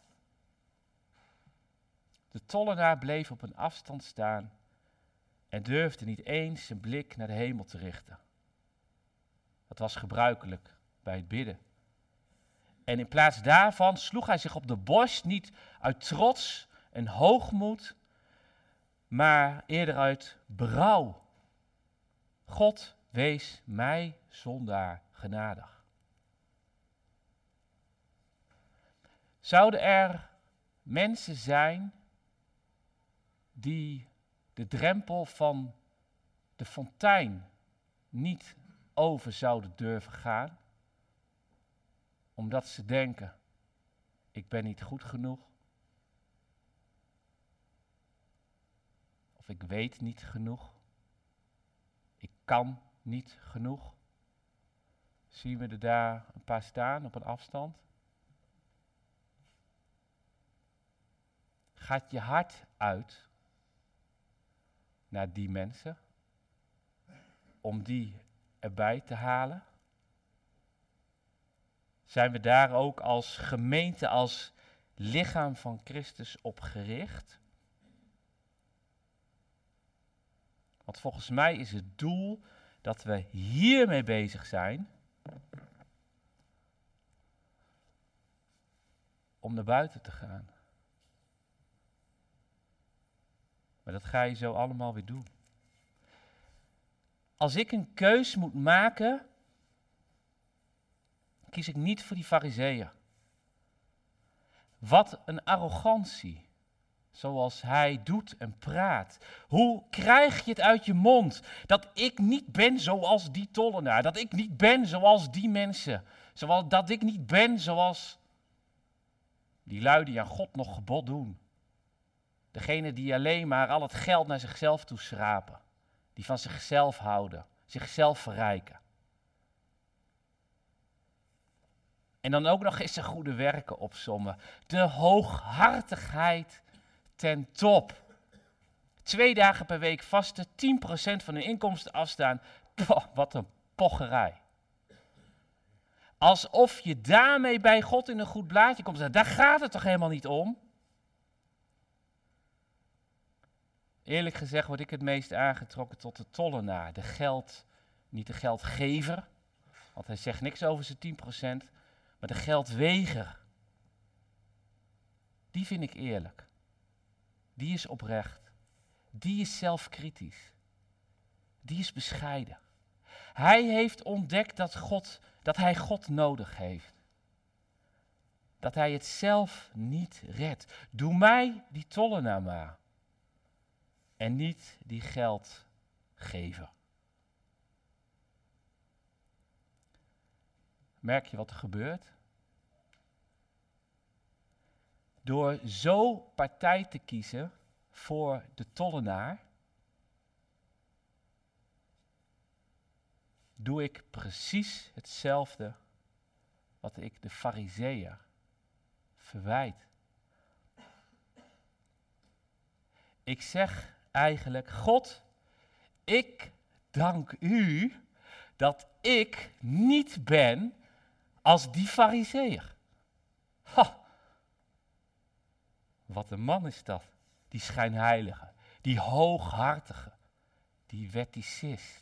De tollenaar bleef op een afstand staan en durfde niet eens zijn blik naar de hemel te richten. Dat was gebruikelijk bij het bidden. En in plaats daarvan sloeg hij zich op de borst, niet uit trots en hoogmoed, maar eerder uit berouw. God, wees mij zondaar genadig. Zouden er mensen zijn die de drempel van de fontein niet over zouden durven gaan, omdat ze denken: ik ben niet goed genoeg, of ik weet niet genoeg, ik kan niet genoeg? Zien we er daar een paar staan op een afstand? Gaat je hart uit naar die mensen, om die erbij te halen? Zijn we daar ook als gemeente, als lichaam van Christus op gericht? Want volgens mij is het doel dat we hiermee bezig zijn, om naar buiten te gaan. Maar dat ga je zo allemaal weer doen. Als ik een keus moet maken, kies ik niet voor die Farizeeër. Wat een arrogantie, zoals hij doet en praat. Hoe krijg je het uit je mond dat ik niet ben zoals die tollenaar, dat ik niet ben zoals die mensen, dat ik niet ben zoals die lui die aan God nog gebod doen. Degene die alleen maar al het geld naar zichzelf toe schrapen. Die van zichzelf houden, zichzelf verrijken. En dan ook nog eens zijn goede werken opsommen. De hooghartigheid ten top. 2 dagen per week vasten, 10% van hun inkomsten afstaan. Poh, wat een pocherij. Alsof je daarmee bij God in een goed blaadje komt. Daar gaat het toch helemaal niet om? Eerlijk gezegd word ik het meest aangetrokken tot de tollenaar. Niet de geldgever, want hij zegt niks over zijn 10%, maar de geldweger. Die vind ik eerlijk. Die is oprecht. Die is zelfkritisch. Die is bescheiden. Hij heeft ontdekt dat hij God nodig heeft. Dat hij het zelf niet redt. Doe mij die tollenaar maar. En niet die geldgever. Merk je wat er gebeurt? Door zo partij te kiezen voor de tollenaar, doe ik precies hetzelfde wat ik de Farizeeër verwijt. Ik zeg eigenlijk, God, ik dank u dat ik niet ben als die Farizeeër. Ha! Wat een man is dat, die schijnheilige, die hooghartige, die wetticist.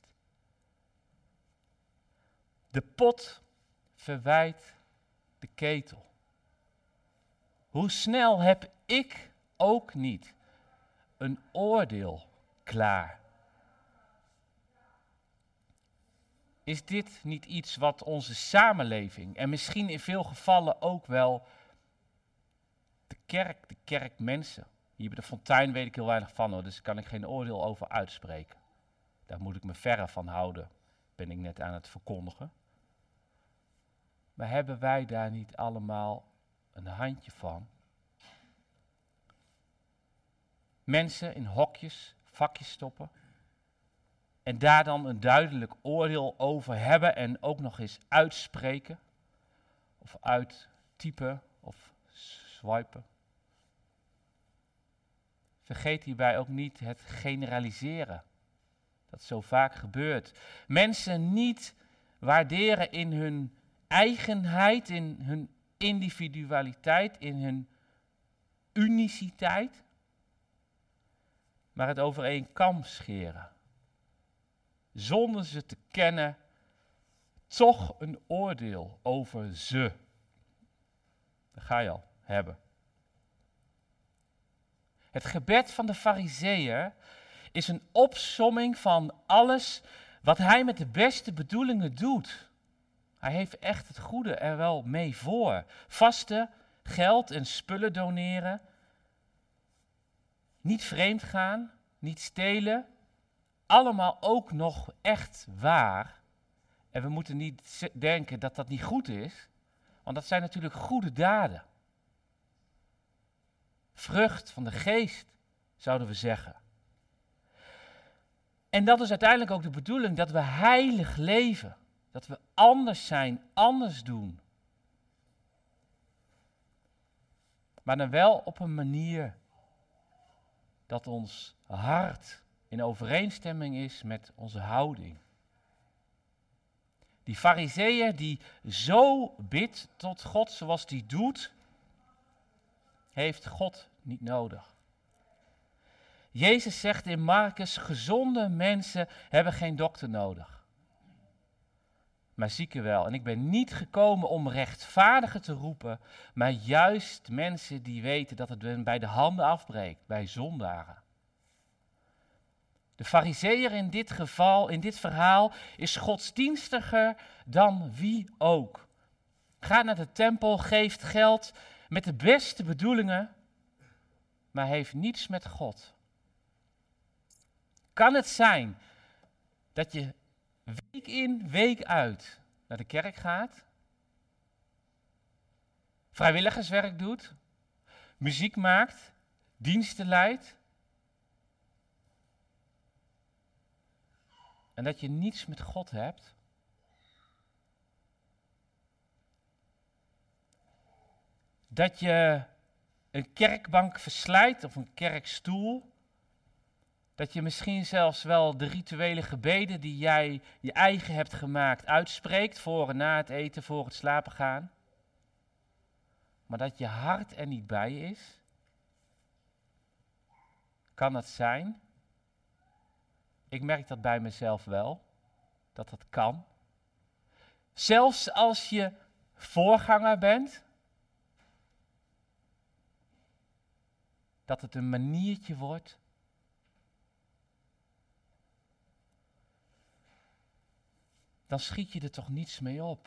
De pot verwijt de ketel. Hoe snel heb ik ook niet een oordeel klaar? Is dit niet iets wat onze samenleving en misschien in veel gevallen ook wel de kerkmensen, hier bij de Fontein weet ik heel weinig van hoor, dus daar kan ik geen oordeel over uitspreken. Daar moet ik me verre van houden, ben ik net aan het verkondigen. Maar hebben wij daar niet allemaal een handje van? Mensen in hokjes, vakjes stoppen. En daar dan een duidelijk oordeel over hebben en ook nog eens uitspreken. Of uittypen of swipen. Vergeet hierbij ook niet het generaliseren. Dat zo vaak gebeurt. Mensen niet waarderen in hun eigenheid, in hun individualiteit, in hun uniciteit. Maar het over één kam scheren. Zonder ze te kennen, toch een oordeel over ze. Dat ga je al hebben. Het gebed van de Farizeeër is een opsomming van alles wat hij met de beste bedoelingen doet. Hij heeft echt het goede er wel mee voor. Vasten, geld en spullen doneren. Niet vreemd gaan, niet stelen. Allemaal ook nog echt waar. En we moeten niet denken dat dat niet goed is. Want dat zijn natuurlijk goede daden. Vrucht van de geest, zouden we zeggen. En dat is uiteindelijk ook de bedoeling, dat we heilig leven. Dat we anders zijn, anders doen. Maar dan wel op een manier dat ons hart in overeenstemming is met onze houding. Die Farizeeër die zo bidt tot God zoals die doet, heeft God niet nodig. Jezus zegt in Marcus, gezonde mensen hebben geen dokter nodig, maar zieken wel. En ik ben niet gekomen om rechtvaardigen te roepen, maar juist mensen die weten dat het hen bij de handen afbreekt, bij zondaren. De Farizeeër in dit verhaal, is godsdienstiger dan wie ook. Gaat naar de tempel, geeft geld met de beste bedoelingen, maar heeft niets met God. Kan het zijn dat je week in, week uit naar de kerk gaat, vrijwilligerswerk doet, muziek maakt, diensten leidt, en dat je niets met God hebt? Dat je een kerkbank verslijt of een kerkstoel? Dat je misschien zelfs wel de rituele gebeden die jij je eigen hebt gemaakt uitspreekt voor en na het eten, voor het slapen gaan? Maar dat je hart er niet bij is? Kan dat zijn? Ik merk dat bij mezelf wel, dat dat kan. Zelfs als je voorganger bent, dat het een maniertje wordt. Dan schiet je er toch niets mee op.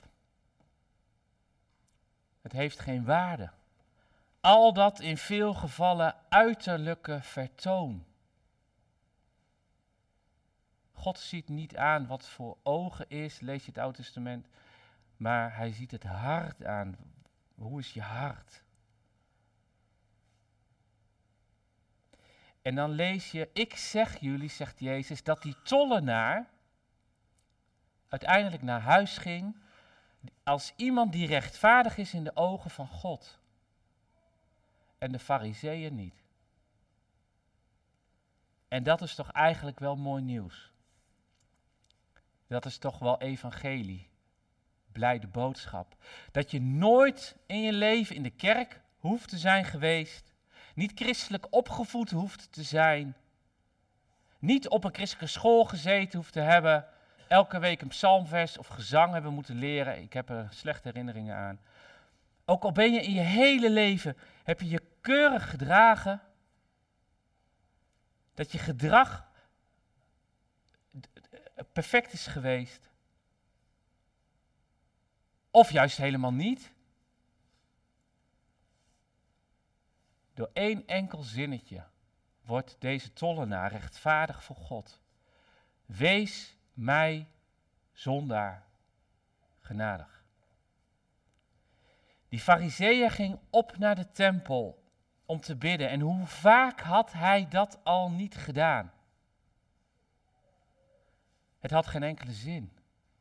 Het heeft geen waarde. Al dat in veel gevallen uiterlijke vertoon. God ziet niet aan wat voor ogen is, lees je het Oude Testament, maar hij ziet het hart aan. Hoe is je hart? En dan lees je, ik zeg jullie, zegt Jezus, dat die tollenaar uiteindelijk naar huis ging als iemand die rechtvaardig is in de ogen van God. En de Farizeeën niet. En dat is toch eigenlijk wel mooi nieuws. Dat is toch wel evangelie. Blijde boodschap. Dat je nooit in je leven in de kerk hoeft te zijn geweest. Niet christelijk opgevoed hoeft te zijn. Niet op een christelijke school gezeten hoeft te hebben. Elke week een psalmvers of gezang hebben moeten leren. Ik heb er slechte herinneringen aan. Ook al ben je in je hele leven, heb je je keurig gedragen. Dat je gedrag perfect is geweest. Of juist helemaal niet. Door één enkel zinnetje wordt deze tollenaar rechtvaardig voor God. Wees mij zondaar genadig. Die Farizeeër ging op naar de tempel om te bidden. En hoe vaak had hij dat al niet gedaan? Het had geen enkele zin.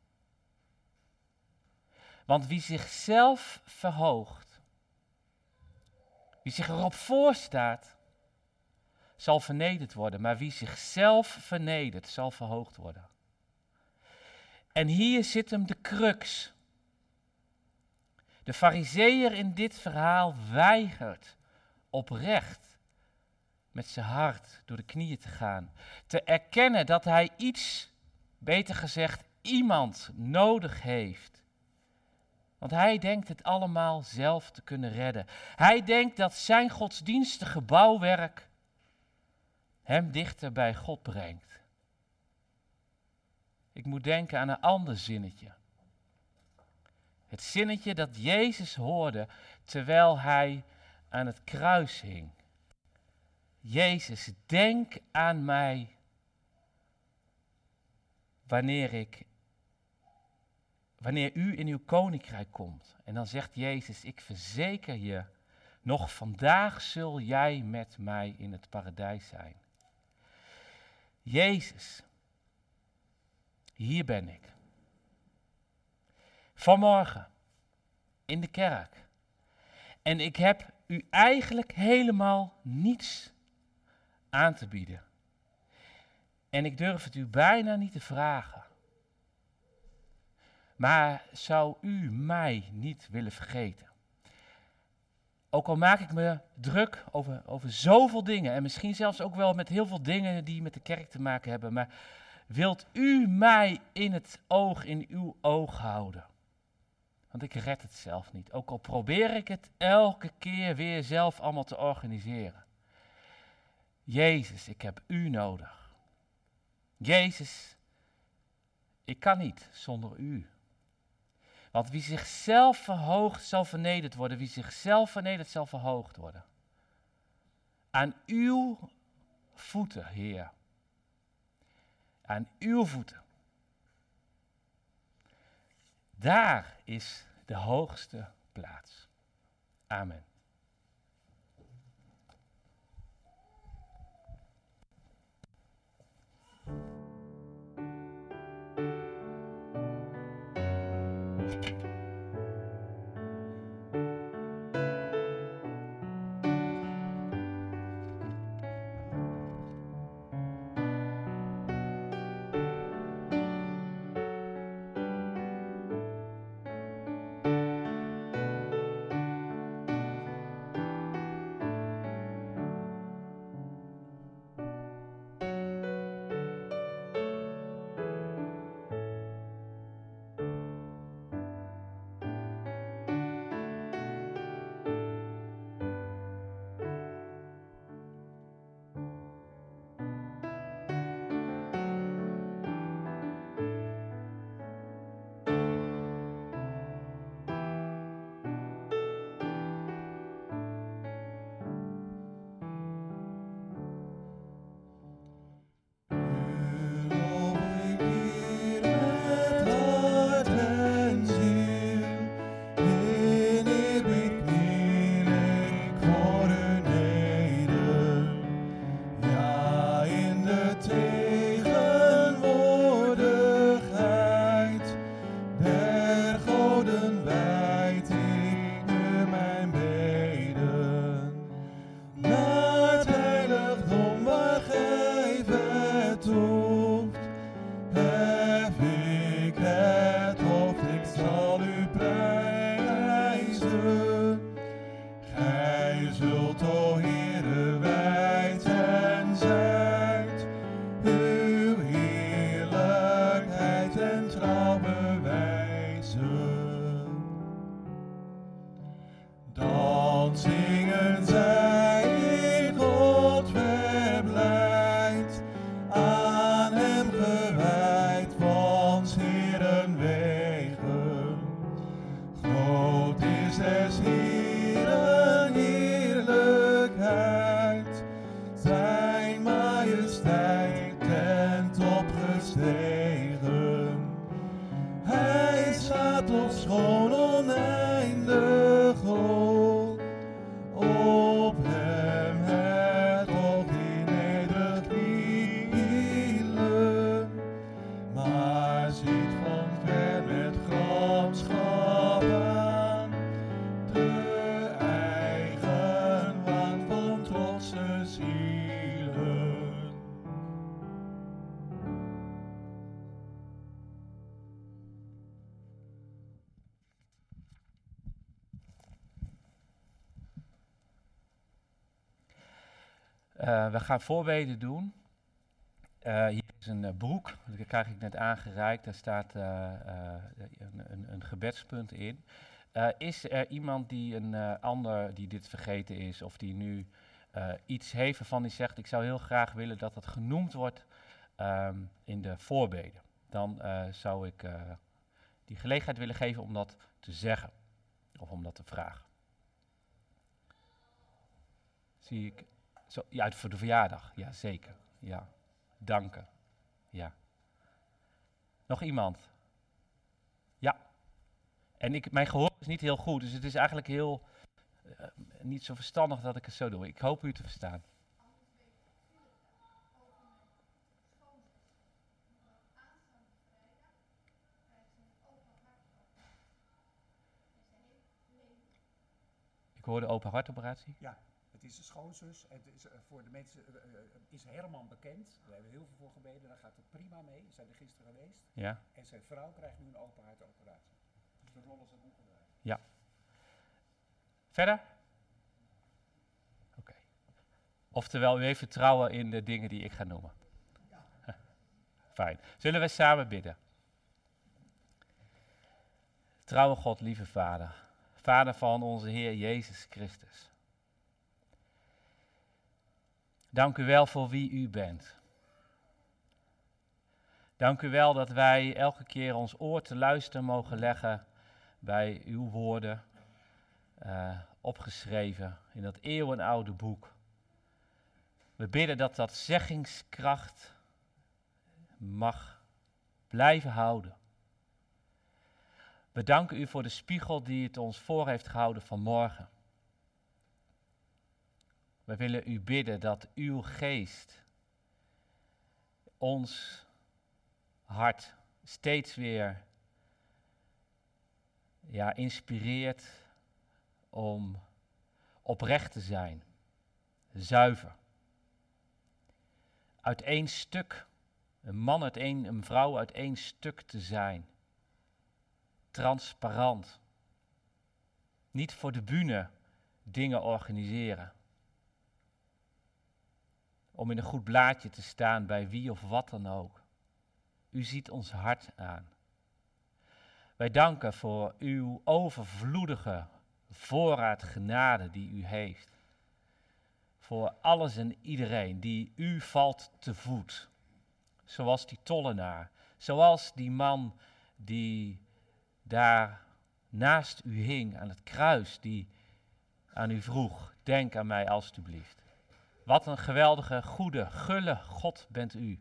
Want wie zichzelf verhoogt, wie zich erop voorstaat, zal vernederd worden. Maar wie zichzelf vernedert, zal verhoogd worden. En hier zit hem de crux. De Farizeeër in dit verhaal weigert oprecht met zijn hart door de knieën te gaan. Te erkennen dat hij iets, beter gezegd iemand, nodig heeft. Want hij denkt het allemaal zelf te kunnen redden. Hij denkt dat zijn godsdienstige bouwwerk hem dichter bij God brengt. Ik moet denken aan een ander zinnetje. Het zinnetje dat Jezus hoorde terwijl hij aan het kruis hing. Jezus, denk aan mij wanneer u in uw koninkrijk komt. En dan zegt Jezus, ik verzeker je, nog vandaag zul jij met mij in het paradijs zijn. Jezus, hier ben ik. Vanmorgen in de kerk. En ik heb u eigenlijk helemaal niets aan te bieden. En ik durf het u bijna niet te vragen. Maar zou u mij niet willen vergeten? Ook al maak ik me druk over zoveel dingen. En misschien zelfs ook wel met heel veel dingen die met de kerk te maken hebben. Maar wilt u mij in uw oog houden? Want ik red het zelf niet. Ook al probeer ik het elke keer weer zelf allemaal te organiseren. Jezus, ik heb u nodig. Jezus, ik kan niet zonder u. Want wie zichzelf verhoogt, zal vernederd worden. Wie zichzelf vernedert, zal verhoogd worden. Aan uw voeten, Heer. Aan uw voeten. Daar is de hoogste plaats. Amen. We gaan voorbeden doen. Hier is een boek, dat krijg ik net aangereikt. Daar staat een gebedspunt in. Is er iemand die een ander die dit vergeten is of die nu iets heeft waarvan die zegt, ik zou heel graag willen dat dat genoemd wordt in de voorbeden. Dan zou ik die gelegenheid willen geven om dat te zeggen of om dat te vragen. Zie ik, zo, ja, voor de verjaardag, ja zeker, ja, danken, ja. Nog iemand? Ja. En mijn gehoor is niet heel goed, dus het is eigenlijk heel niet zo verstandig dat ik het zo doe. Ik hoop u te verstaan. Ik hoor de open hartoperatie. Ja, het is een schoonzus. Het is, voor de mensen is Herman bekend. We hebben heel veel voor gebeden. Daar gaat het prima mee. We zijn er gisteren geweest. Ja. En zijn vrouw krijgt nu een open hartoperatie. Dus de rollen zijn omgedraaid. Ja. Verder? Oké. Oftewel, u heeft vertrouwen in de dingen die ik ga noemen. Ja. Fijn. Zullen we samen bidden? Trouwe God, lieve Vader. Vader van onze Heer Jezus Christus. Dank u wel voor wie u bent. Dank u wel dat wij elke keer ons oor te luisteren mogen leggen bij uw woorden, opgeschreven in dat eeuwenoude boek. We bidden dat dat zeggingskracht mag blijven houden. We danken u voor de spiegel die het ons voor heeft gehouden vanmorgen. We willen u bidden dat uw geest ons hart steeds weer inspireert om oprecht te zijn, zuiver. Uit één stuk, een vrouw uit één stuk te zijn. Transparant. Niet voor de bühne dingen organiseren. Om in een goed blaadje te staan bij wie of wat dan ook. U ziet ons hart aan. Wij danken voor uw overvloedige voorraad genade die u heeft. Voor alles en iedereen die u valt te voet. Zoals die tollenaar. Zoals die man die daar naast u hing aan het kruis, die aan u vroeg, denk aan mij alstublieft. Wat een geweldige, goede, gulle God bent u.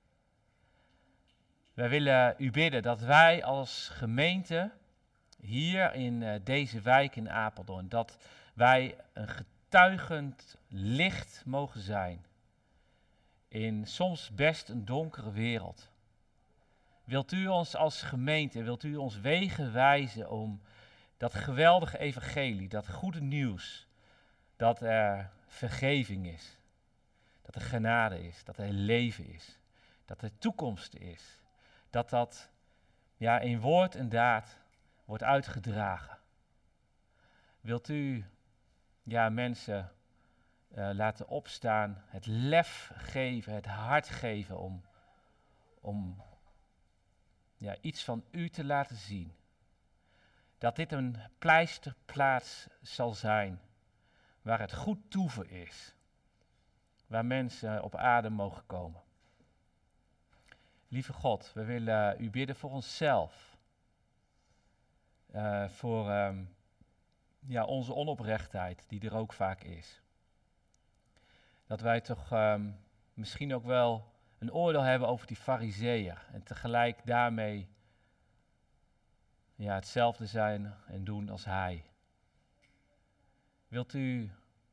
Wij willen u bidden dat wij als gemeente hier in deze wijk in Apeldoorn, dat wij een getuigend licht mogen zijn in soms best een donkere wereld. Wilt u ons als gemeente, wilt u ons wegen wijzen om dat geweldige evangelie, dat goede nieuws, dat er vergeving is, dat er genade is, dat er leven is, dat er toekomst is, dat in woord en daad wordt uitgedragen. Wilt u mensen laten opstaan, het lef geven, het hart geven om iets van u te laten zien. Dat dit een pleisterplaats zal zijn waar het goed toeven is. Waar mensen op aarde mogen komen. Lieve God, we willen u bidden voor onszelf. Voor onze onoprechtheid, die er ook vaak is. Dat wij toch misschien ook wel een oordeel hebben over die farizeeër. En tegelijk daarmee hetzelfde zijn en doen als hij. Wilt u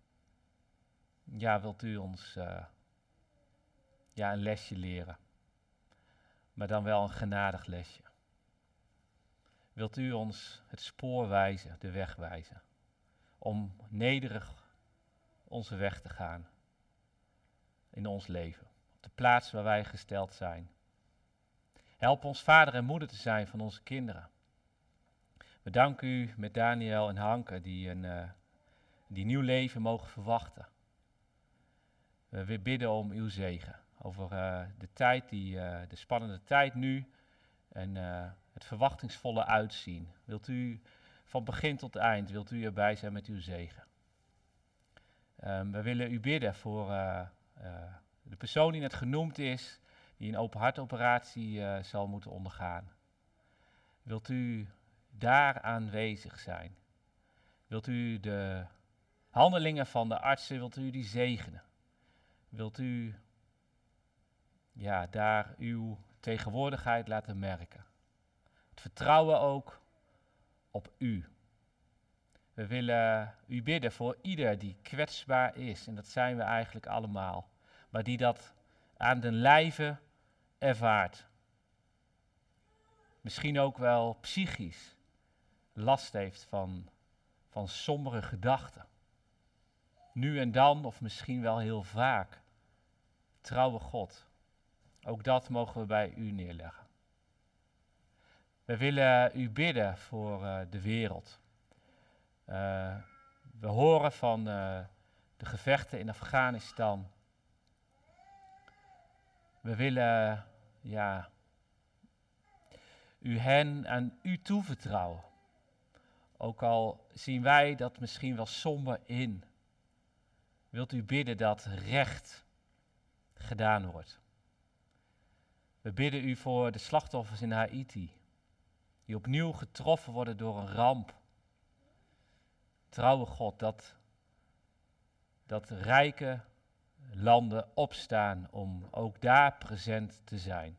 ons een lesje leren. Maar dan wel een genadig lesje. Wilt u ons het spoor wijzen, de weg wijzen. Om nederig onze weg te gaan. In ons leven. Op de plaats waar wij gesteld zijn. Help ons vader en moeder te zijn van onze kinderen. We danken u met Daniel en Hanke die nieuw leven mogen verwachten. We bidden om uw zegen over de tijd, de spannende tijd nu en het verwachtingsvolle uitzien. Wilt u van begin tot eind, wilt u erbij zijn met uw zegen. We willen u bidden voor de persoon die net genoemd is, die een open hartoperatie zal moeten ondergaan. Wilt u daar aanwezig zijn? Wilt u de handelingen van de artsen, wilt u die zegenen? Wilt u daar uw tegenwoordigheid laten merken? Het vertrouwen ook op u. We willen u bidden voor ieder die kwetsbaar is, en dat zijn we eigenlijk allemaal, maar die dat aan den lijve ervaart. Misschien ook wel psychisch last heeft van sombere gedachten. Nu en dan, of misschien wel heel vaak. Trouwe God, ook dat mogen we bij u neerleggen. We willen u bidden voor de wereld. We horen van de gevechten in Afghanistan. We willen hen aan u toevertrouwen. Ook al zien wij dat misschien wel somber in. Wilt u bidden dat recht gedaan wordt. We bidden u voor de slachtoffers in Haiti, die opnieuw getroffen worden door een ramp. Trouwe God, dat rijke landen opstaan om ook daar present te zijn.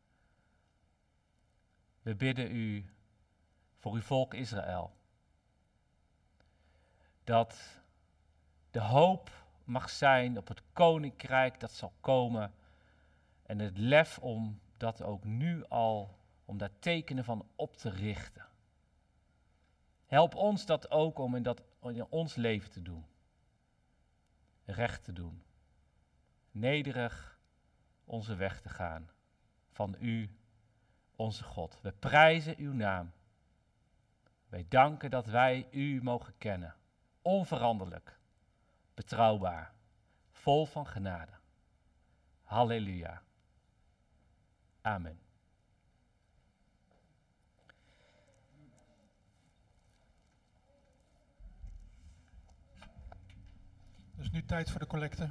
We bidden u voor uw volk Israël. Dat de hoop mag zijn op het koninkrijk dat zal komen. En het lef om dat ook nu al, om daar tekenen van op te richten. Help ons dat ook om in ons leven te doen. Recht te doen. Nederig onze weg te gaan. Van u, onze God. We prijzen uw naam. Wij danken dat wij u mogen kennen. Onveranderlijk. Betrouwbaar. Vol van genade. Halleluja. Amen. Dus nu tijd voor de collecte.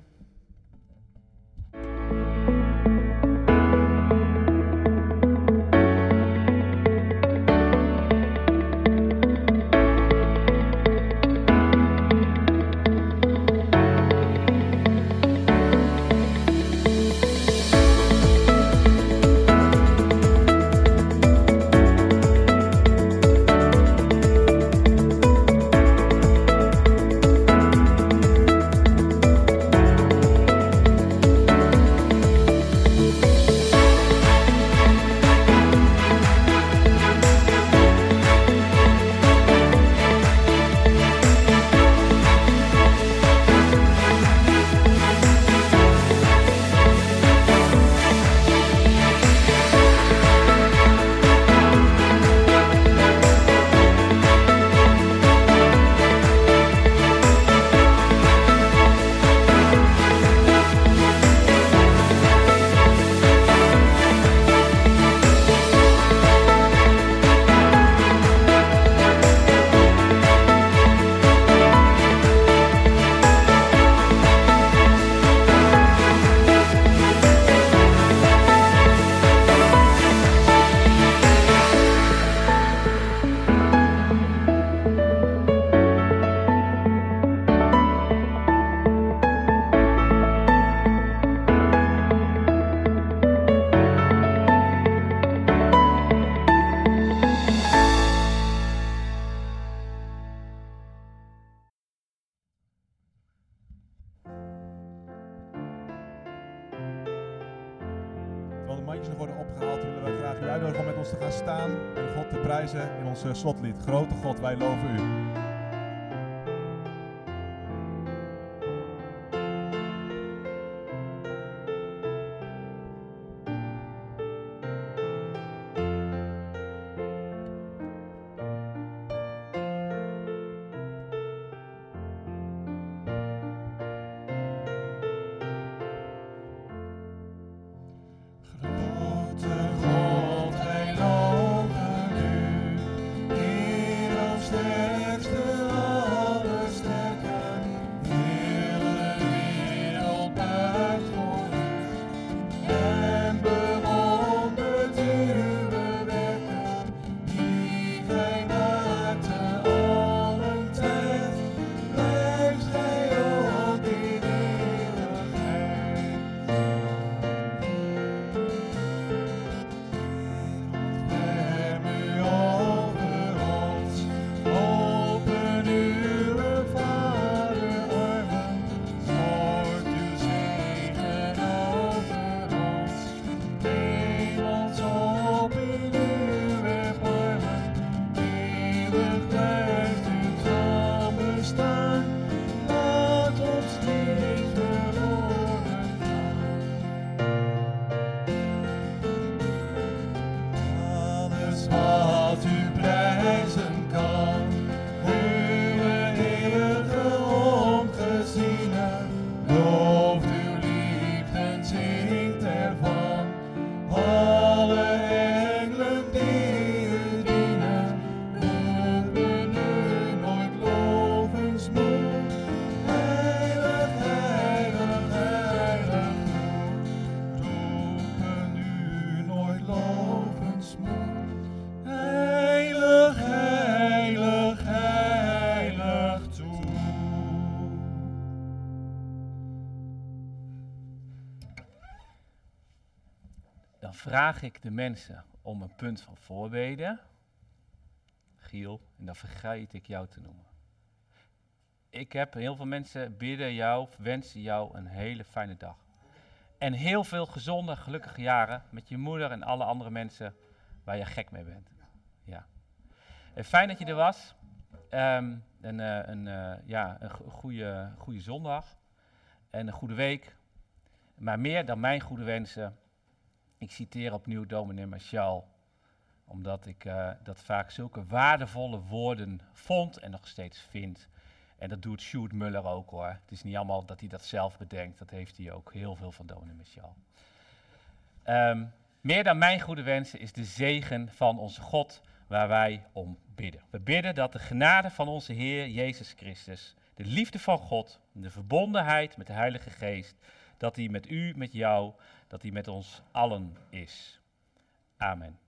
Terwijl de mandjes nog worden opgehaald, willen we graag u uitnodigen om met ons te gaan staan en God te prijzen in ons slotlied. Grote God, wij loven u. looft uw liefde, zingt ervan. Alle engelen die u dienen, roepen u nooit lovensmoed. Heilig, heilig, heilig, roepen u nooit lovensmoed. Heilig, heilig, heilig toe. Dan vraag ik de mensen om een punt van voorbeden. Giel, en dan vergeet ik jou te noemen. Heel veel mensen bidden jou, wensen jou een hele fijne dag. En heel veel gezonde, gelukkige jaren met je moeder en alle andere mensen waar je gek mee bent. Ja. En fijn dat je er was. Een goede zondag en een goede week. Maar meer dan mijn goede wensen. Ik citeer opnieuw dominee Marchal, omdat ik dat vaak zulke waardevolle woorden vond en nog steeds vind. En dat doet Sjoerd Muller ook hoor. Het is niet allemaal dat hij dat zelf bedenkt, dat heeft hij ook heel veel van dominee Marchal. Meer dan mijn goede wensen is de zegen van onze God waar wij om bidden. We bidden dat de genade van onze Heer Jezus Christus, de liefde van God, de verbondenheid met de Heilige Geest, dat die met u, met jou, dat die met ons allen is. Amen.